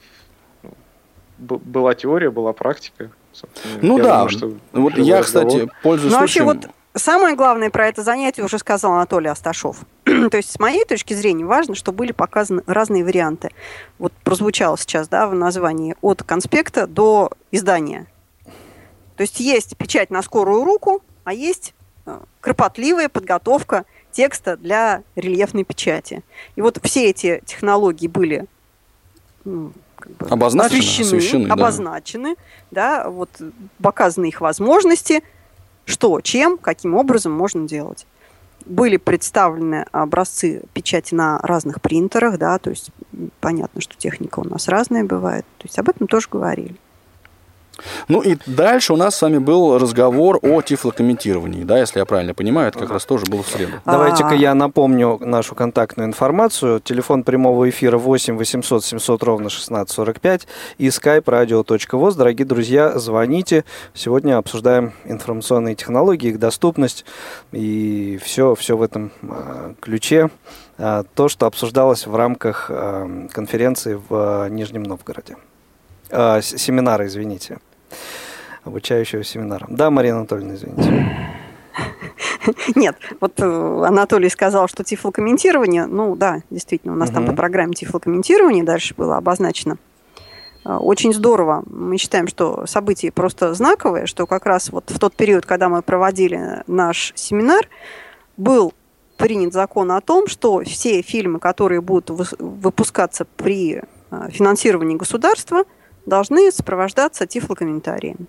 б- была теория, была практика. Собственно, Ну я да, думаю, что вот живой я, разговор. кстати, пользуясь Ну, вообще, случаем... вот самое главное про это занятие уже сказал Анатолий Асташов. То есть, с моей точки зрения, важно, что были показаны разные варианты. Вот прозвучало сейчас, да, в названии от конспекта до издания. То есть, есть печать на скорую руку, а есть э, кропотливая подготовка текста для рельефной печати. И вот все эти технологии были ну, как бы Обозначены, освещены, освещены, да. обозначены, да, вот показаны их возможности, что, чем, каким образом можно делать. Были представлены образцы печати на разных принтерах, да, то есть понятно, что техника у нас разная бывает. То есть об этом тоже говорили. Ну и дальше у нас с вами был разговор о тифлокомментировании, да, если я правильно понимаю, это как раз тоже было в среду. Давайте-ка А. я напомню нашу контактную информацию. Телефон прямого эфира восемь восемьсот семьсот ровно шестнадцать сорок пять и skype radio точка voz. Дорогие друзья, звоните. Сегодня обсуждаем информационные технологии, их доступность и все, все в этом э, ключе. Э, то, что обсуждалось в рамках э, конференции в э, Нижнем Новгороде. Э, с- семинара, извините. Обучающего семинара. Да, Мария Анатольевна, извините. Нет, вот э, Анатолий сказал, что тифлокомментирование, ну да, действительно, у нас там Мгм. по программе тифлокомментирования дальше было обозначено Очень здорово. Мы считаем, что событие просто знаковое, что как раз вот в тот период, когда мы проводили наш семинар, был принят закон о том, что все фильмы, которые будут выпускаться при финансировании государства, должны сопровождаться тифлокомментарием.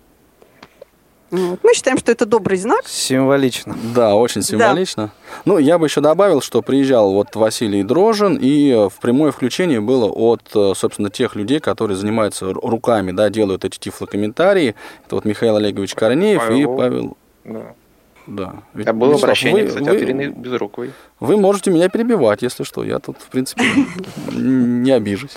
Вот. Мы считаем, что это добрый знак. Символично. Да, очень символично. Да. Ну, я бы еще добавил, что приезжал вот Василий Дрожжин, и в прямое включение было от, собственно, тех людей, которые занимаются руками, да, делают эти тифлокомментарии. Это вот Михаил Олегович Корнеев Павел. и Павел... Да. Да. Ведь, а было обращение, вы, кстати, вы, от Ирины Безруковой. Вы можете меня перебивать, если что. Я тут, в принципе, не обижусь.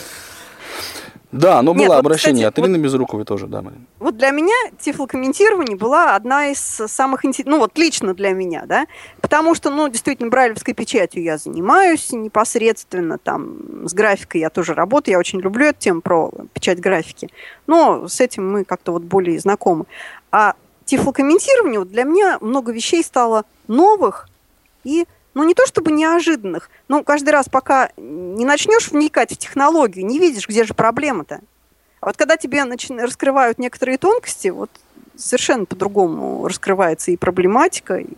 Да, но Нет, было вот, обращение кстати, от Ирины вот, Безруковой тоже, да, Марина. Вот для меня тифлокомментирование была одна из самых интересных, ну вот лично для меня, да, потому что, ну, действительно, брайлевской печатью я занимаюсь непосредственно, там, с графикой я тоже работаю, я очень люблю эту тему про печать графики, но с этим мы как-то вот более знакомы. А тифлокомментирование, вот для меня много вещей стало новых и ну, не то чтобы неожиданных, но каждый раз, пока не начнешь вникать в технологию, не видишь, где же проблема-то. А вот когда тебе начи- раскрывают некоторые тонкости, вот совершенно по-другому раскрывается и проблематика, и...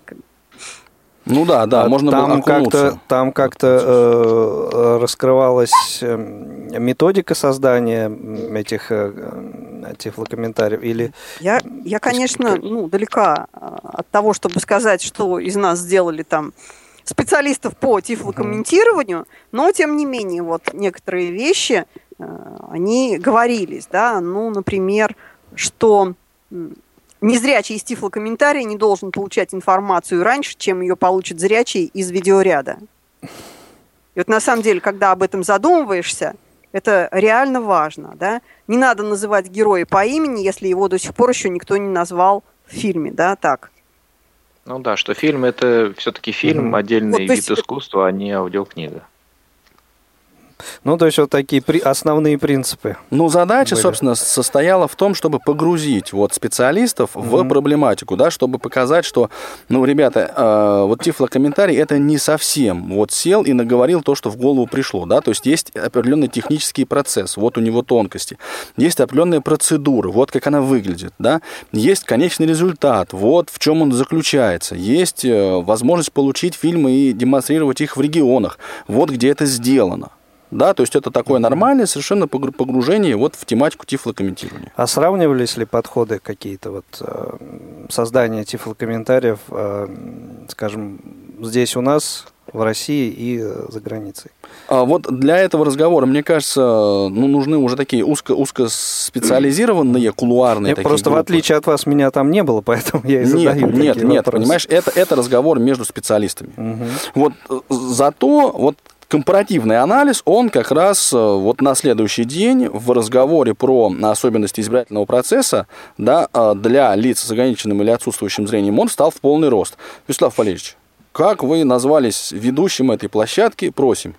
Ну да, да, можно там было окунуться. Как-то, там как-то э, раскрывалась методика создания этих э, тифлокомментариев или... Я, я конечно, ну, далека от того, чтобы сказать, что из нас сделали там специалистов по тифлокомментированию, mm-hmm. но, тем не менее, вот некоторые вещи, э, они говорились, да, ну, например, что незрячий из тифлокомментария не должен получать информацию раньше, чем ее получит зрячий из видеоряда. И вот на самом деле, когда об этом задумываешься, это реально важно, да. Не надо называть героя по имени, если его до сих пор еще никто не назвал в фильме, да, так. Ну да, что фильм это все-таки фильм, mm-hmm. отдельный вот, вид есть... искусства, а не аудиокнига. Ну, то есть вот такие при... основные принципы. Ну, задача, были. собственно, состояла в том, чтобы погрузить вот специалистов mm-hmm. в проблематику, да, чтобы показать, что, ну, ребята, э, вот тифлокомментарий это не совсем вот сел и наговорил то, что в голову пришло, да, то есть есть определенный технический процесс, вот у него тонкости, есть определенная процедура, вот как она выглядит, да, есть конечный результат, вот в чем он заключается, есть э, возможность получить фильмы и демонстрировать их в регионах, вот где это сделано. Да, то есть это такое нормальное совершенно погружение вот в тематику тифлокомментирования. А сравнивались ли подходы какие-то вот создания тифлокомментариев, скажем, здесь у нас, в России и за границей? А вот для этого разговора, мне кажется, ну, нужны уже такие узко, узкоспециализированные, кулуарные Нет, такие просто группы. В отличие от вас, меня там не было, поэтому я и нет, задаю Нет, такие нет, вопросы. понимаешь, это, это разговор между специалистами. Угу. Вот зато вот компаративный анализ, он как раз вот на следующий день в разговоре про особенности избирательного процесса, да, для лиц с ограниченным или отсутствующим зрением, он встал в полный рост. Вячеслав Валерьевич, как вы назвались ведущим этой площадки, просим.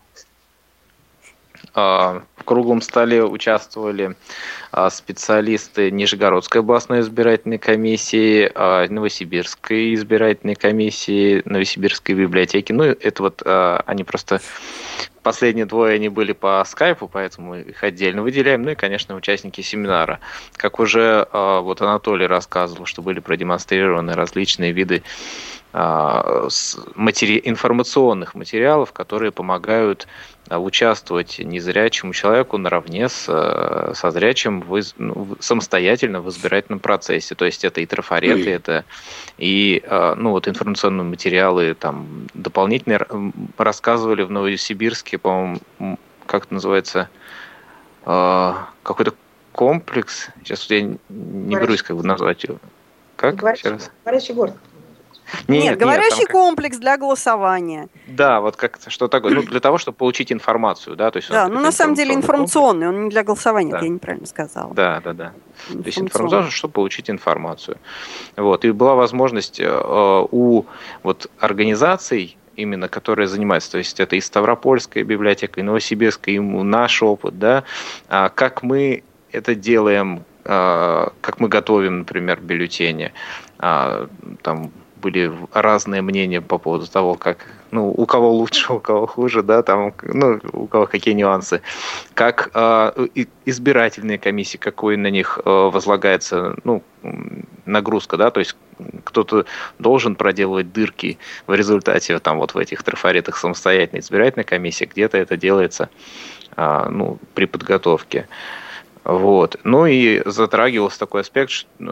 В круглом столе участвовали специалисты Нижегородской областной избирательной комиссии, Новосибирской избирательной комиссии, Новосибирской библиотеки. Ну, это вот они просто... Последние двое они были по скайпу, поэтому мы их отдельно выделяем. Ну и, конечно, участники семинара. Как уже вот Анатолий рассказывал, что были продемонстрированы различные виды матери... информационных материалов, которые помогают участвовать незрячему человеку наравне с, со зрячим в, ну, самостоятельно в избирательном процессе. То есть это и трафареты, это и ну, вот информационные материалы, там, дополнительные рассказывали в Новосибирске, по-моему, как это называется, какой-то комплекс, сейчас я не Говорящий. берусь как бы назвать его. Как? Говорящий, Говорящий город. Нет, нет, говорящий нет, комплекс как... для голосования. Да, вот как что такое, ну, для того, чтобы получить информацию, да, то есть. Да, ну на самом деле информационный, комплекс. Он не для голосования, да. Это я неправильно сказала. Да, да, да. То есть информационный, чтобы получить информацию. Вот, и была возможность э, у вот организаций, именно которые занимаются, то есть это и Ставропольская библиотека, и Новосибирская, и наш опыт, да, а как мы это делаем, а, как мы готовим, например, бюллетени, а, там, были разные мнения по поводу того, как, ну, у кого лучше, у кого хуже, да, там, ну, у кого какие нюансы, как э, избирательные комиссии, какой на них э, возлагается, ну, нагрузка, да, то есть кто-то должен проделывать дырки в результате там вот в этих трафаретах самостоятельной избирательной комиссии, где-то это делается, э, ну, при подготовке. Вот. Ну и затрагивался такой аспект,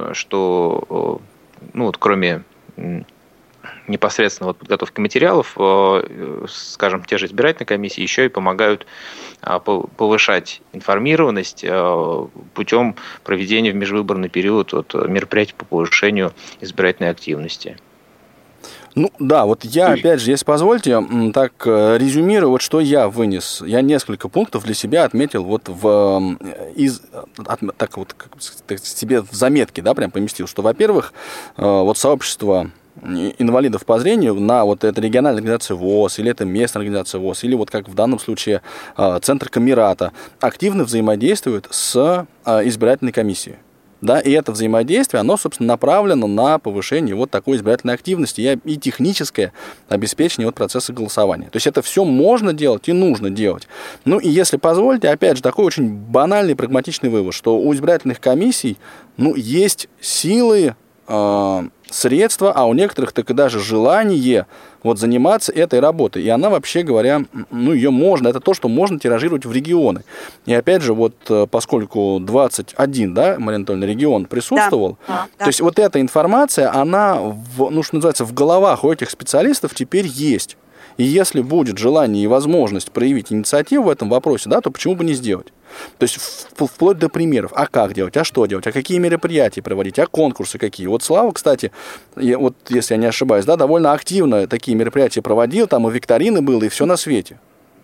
что, ну вот кроме непосредственно вот подготовки материалов, скажем, те же избирательные комиссии еще и помогают повышать информированность путем проведения в межвыборный период вот мероприятий по повышению избирательной активности. Ну да, вот я, опять же, если позвольте, так резюмирую, вот что я вынес. Я несколько пунктов для себя отметил вот в, из, от, так вот, как, так, себе в заметки, да, прям поместил, что, во-первых, вот сообщество инвалидов по зрению на вот это региональная организация ВОС, или это местная организация ВОС, или вот как в данном случае Центр Камерата, активно взаимодействует с избирательной комиссией. Да, и это взаимодействие, оно, собственно, направлено на повышение вот такой избирательной активности и техническое обеспечение вот процесса голосования. То есть это все можно делать и нужно делать. Ну и если позволите, опять же, такой очень банальный, прагматичный вывод, что у избирательных комиссий, ну, есть силы, э, средства, а у некоторых так и даже желание вот заниматься этой работой. И она, вообще говоря, ну, ее можно, это то, что можно тиражировать в регионы. И опять же, вот поскольку двадцать один, да, Марина Анатольевна, регион присутствовал, да, да. То есть вот эта информация, она, в, ну, что называется, в головах у этих специалистов теперь есть. И если будет желание и возможность проявить инициативу в этом вопросе, да, то почему бы не сделать? То есть вплоть до примеров. А как делать, а что делать, а какие мероприятия проводить, а конкурсы какие. Вот Слава, кстати, вот если я не ошибаюсь, да, довольно активно такие мероприятия проводил, там и викторины было, и все на свете.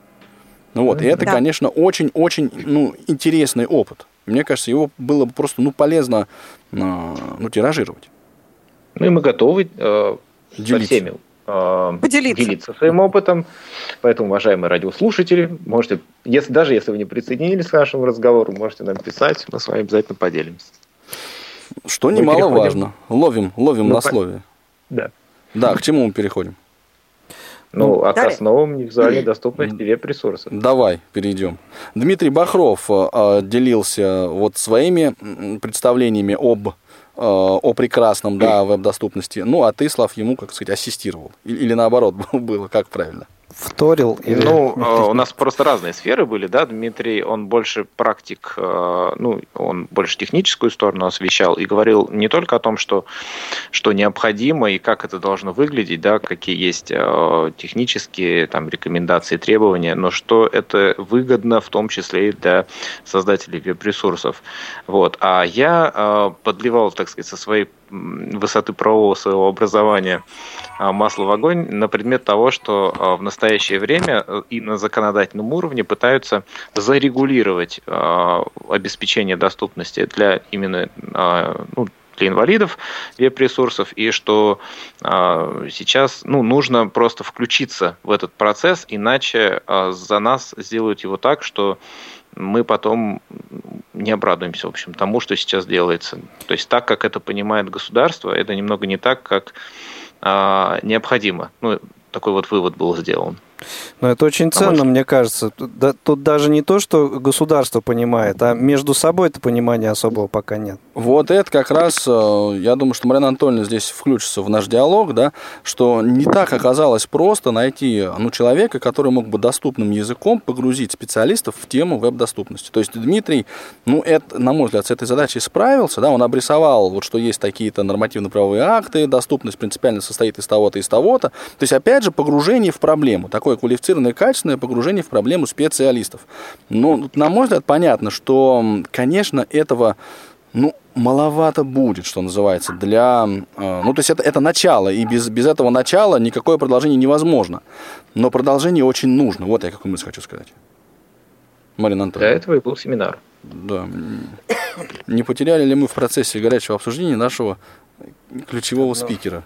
Ну вот, и это, да. конечно, очень-очень, ну, интересный опыт. Мне кажется, его было бы просто, ну, полезно, ну, тиражировать. Ну и мы готовы э, со всеми Поделиться. делиться своим опытом. Поэтому, уважаемые радиослушатели, можете, если, даже если вы не присоединились к нашему разговору, можете нам писать, мы с вами обязательно поделимся. Что мы немаловажно. Ловим, ловим ну, на по... слове. Да. Да, к чему мы переходим? Ну, ну от основам визуальной доступности веб-ресурсов. Давай, перейдем. Дмитрий Бахров э, делился вот своими представлениями об о прекрасном, да, веб-доступности. Ну, а ты, Слав, ему, как сказать, ассистировал. Или, или наоборот было, как правильно? Вторил? Или... Ну, у нас просто разные сферы были, да. Дмитрий, он больше практик, ну, он больше техническую сторону освещал и говорил не только о том, что, что необходимо и как это должно выглядеть, да, какие есть технические там рекомендации, требования, но что это выгодно в том числе и для создателей веб-ресурсов. Вот. А я подливал, так сказать, со своей высоты правового своего образования масло в огонь на предмет того, что в настоящее время и на законодательном уровне пытаются зарегулировать обеспечение доступности для именно, ну, для инвалидов веб-ресурсов, и что сейчас, ну, нужно просто включиться в этот процесс, иначе за нас сделают его так, что мы потом не обрадуемся, в общем, тому, что сейчас делается. То есть так, как это понимает государство, это немного не так, как а, необходимо. Ну, такой вот вывод был сделан. Но это очень ценно, а может... мне кажется. Тут даже не то, что государство понимает, а между собой-то понимания особого пока нет. Вот это как раз, я думаю, что Марина Анатольевна здесь включится в наш диалог, да, что не так оказалось просто найти, ну, человека, который мог бы доступным языком погрузить специалистов в тему веб-доступности. То есть Дмитрий, ну, это, на мой взгляд, с этой задачей справился, да, он обрисовал, вот, что есть такие-то нормативно-правовые акты, доступность принципиально состоит из того-то, из того-то. То есть, опять же, погружение в проблему, такое квалифицированное, качественное погружение в проблему специалистов. Но, на мой взгляд, понятно, что, конечно, этого, ну, маловато будет, что называется, для... Ну, то есть это, это начало, и без, без этого начала никакое продолжение невозможно. Но продолжение очень нужно. Вот я какую мысль хочу сказать. Марина Анатольевна. Для этого и был семинар. Да. Не потеряли ли мы в процессе горячего обсуждения нашего ключевого спикера?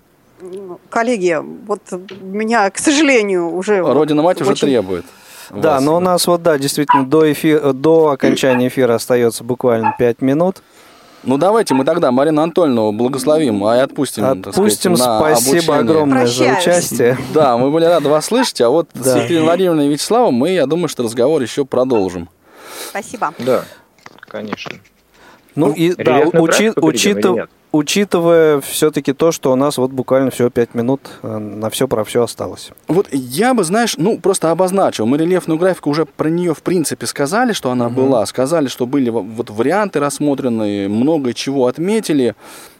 Коллеги, вот меня, к сожалению, уже... Родина-мать очень... уже требует. Да, вас. но у нас вот, да, действительно, до, эфира, до окончания эфира остается буквально пять минут. Ну, давайте мы тогда Марину Анатольевну благословим и отпустим, отпустим, так сказать, на спасибо обучение. огромное Прощаюсь. За участие. Да, мы были рады вас слышать, а вот да. с Екатериной Владимировной и Вячеславом мы, я думаю, что разговор еще продолжим. Спасибо. Да, конечно. Ну, ну и да, учи, учитыв, учитывая все-таки то, что у нас вот буквально всего пять минут на все про все осталось. Вот я бы, знаешь, ну просто обозначил. Мы рельефную графику уже про нее в принципе сказали, что она угу. была. Сказали, что были вот варианты рассмотрены, много чего отметили.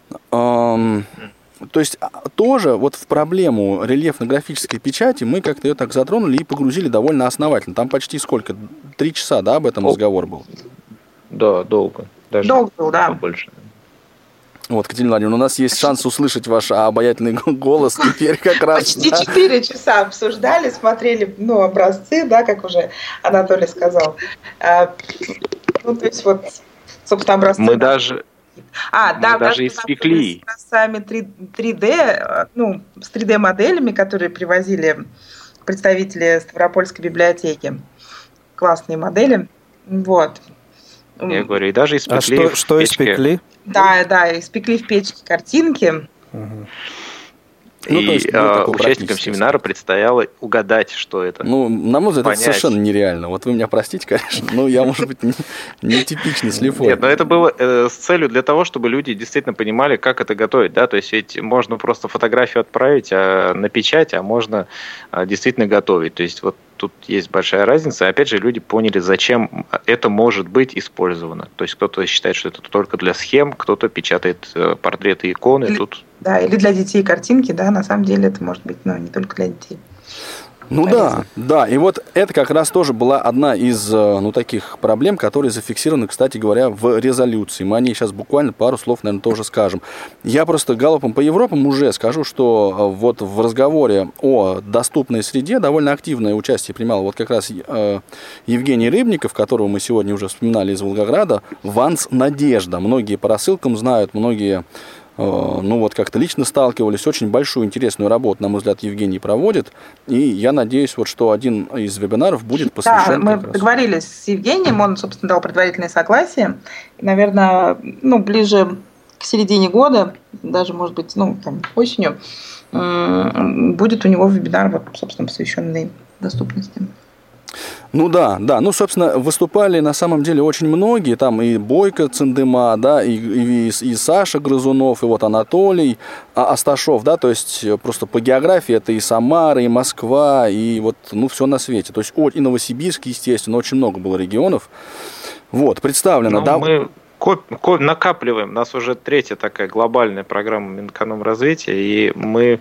Эм, то есть тоже вот в проблему рельефно-графической печати мы как-то ее так затронули и погрузили довольно основательно. Там почти сколько? Три часа, да, об этом О. разговор был? Да, долго. Даже долго был, да. Больше. Вот, Катерина Владимировна, у нас есть шанс услышать ваш обаятельный голос теперь как раз. Почти четыре да? часа обсуждали, смотрели, ну, образцы, да, как уже Анатолий сказал. А, ну, то есть вот, собственно, образцы. Мы даже, а, мы да, даже испекли. С образцами три дэ, ну, с три дэ-моделями, которые привозили представители Ставропольской библиотеки. Классные модели. Вот. Я говорю, и даже испекли. А что, что испекли? Да, да, испекли в печке картинки. Угу. И ну, есть, э, участникам семинара предстояло угадать, что это. Ну, на мой взгляд, это совершенно нереально. Вот вы меня простите, конечно, но я, может быть, не, не типичный слепой. Нет, но это было э, с целью для того, чтобы люди действительно понимали, как это готовить. Да? То есть ведь можно просто фотографию отправить а, на печать, а можно а, действительно готовить. То есть вот тут есть большая разница. И опять же, люди поняли, зачем это может быть использовано. То есть кто-то считает, что это только для схем, кто-то печатает э, портреты, иконы. Или, тут... Да, или для детей картинки, да, на самом деле это может быть, но не только для детей. Ну да, да, и вот это как раз тоже была одна из, ну, таких проблем, которые зафиксированы, кстати говоря, в резолюции. Мы о ней сейчас буквально пару слов, наверное, тоже скажем. Я просто галопом по Европам уже скажу, что вот в разговоре о доступной среде довольно активное участие принимал вот как раз Евгений Рыбников, которого мы сегодня уже вспоминали из Волгограда, «Ванс Надежда». Многие по рассылкам знают, многие... ну вот как-то лично сталкивались, очень большую интересную работу, на мой взгляд, Евгений проводит, и я надеюсь, вот, что один из вебинаров будет посвящен... Да, мы договорились с Евгением, он, собственно, дал предварительное согласие, и, наверное, ну, ближе к середине года, даже, может быть, ну, там, осенью, будет у него вебинар, вот, собственно, посвященный доступности. Ну да, да, ну, собственно, выступали на самом деле очень многие, там и Бойко Цендыма, да, и, и, и Саша Грызунов, и вот Анатолий Асташов, да, то есть просто по географии это и Самара, и Москва, и вот, ну, все на свете, то есть и Новосибирск, естественно, очень много было регионов, вот, представлено, ну, да. Мы... накапливаем. У нас уже третья такая глобальная программа Минэкономразвития, и мы,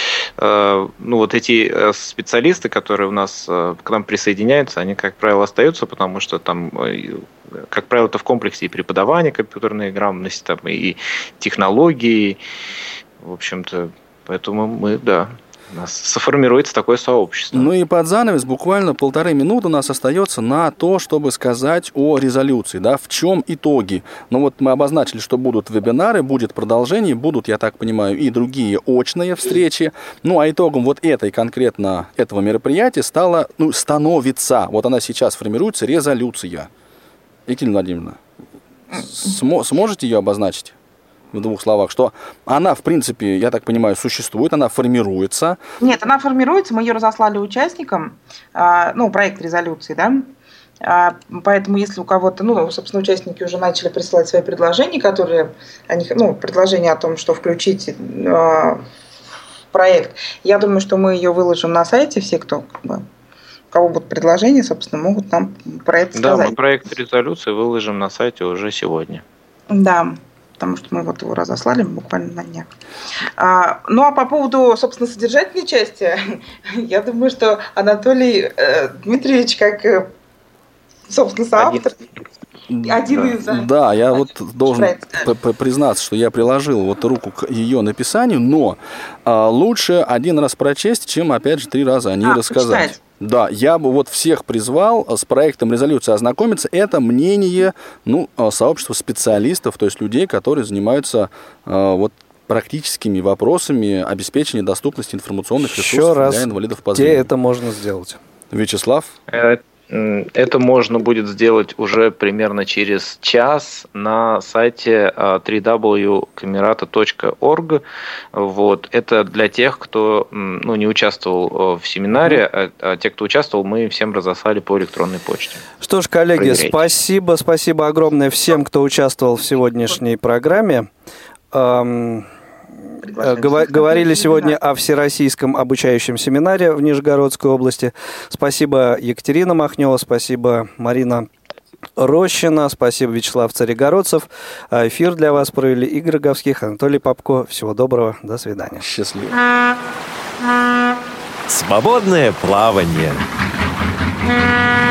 э, ну вот эти специалисты, которые у нас э, к нам присоединяются, они, как правило, остаются, потому что там, э, как правило, это в комплексе и преподавание компьютерной грамотности, там, и технологии, в общем-то, поэтому мы, да... У нас сформируется такое сообщество. Ну и под занавес буквально полторы минуты у нас остается на то, чтобы сказать о резолюции, да, в чем итоги. Ну вот мы обозначили, что будут вебинары, будет продолжение, будут, я так понимаю, и другие очные встречи. Ну а итогом вот этой конкретно этого мероприятия стала, ну, становится, вот она сейчас формируется, резолюция. Екатерина Владимировна, см- сможете ее обозначить? В двух словах, что она, в принципе, я так понимаю, существует, она формируется. Нет, она формируется, мы ее разослали участникам, ну, проект резолюции, да, поэтому если у кого-то, ну, собственно, участники уже начали присылать свои предложения, которые, они, ну, предложения о том, что включить в проект, я думаю, что мы ее выложим на сайте, все, кто, как бы, у кого будут предложения, собственно, могут нам про это сказать. Да, мы проект резолюции выложим на сайте уже сегодня. Да. Потому что мы вот его разослали буквально на днях. А, ну, а по поводу, собственно, содержательной части, я думаю, что Анатолий э, Дмитриевич, как, э, собственно, соавтор, один, один да. из... Да, я вот должен признаться, что я приложил вот руку к ее написанию, но а, лучше один раз прочесть, чем, опять же, три раза о ней а, рассказать. Почитать. Да, я бы вот всех призвал с проектом резолюции ознакомиться. Это мнение, ну, сообщества специалистов, то есть людей, которые занимаются э, вот практическими вопросами обеспечения доступности информационных ресурсов Еще раз, для инвалидов по зрению. Где это можно сделать? Вячеслав? Это можно будет сделать уже примерно через час на сайте дабл ю дабл ю дабл ю точка камерата точка орг. Вот. Это для тех, кто ну, не участвовал в семинаре, а, а те, кто участвовал, мы всем разослали по электронной почте. Что ж, коллеги, Проверяйте. спасибо, спасибо огромное всем, кто участвовал в сегодняшней программе. Эм... Говорили сегодня о всероссийском обучающем семинаре в Нижегородской области. Спасибо, Екатерина Махнева, спасибо, Марина Рощина, спасибо, Вячеслав Царегородцев. Эфир для вас провели Игорь Роговских, Анатолий Попко. Всего доброго, до свидания. Счастливо. Свободное плавание.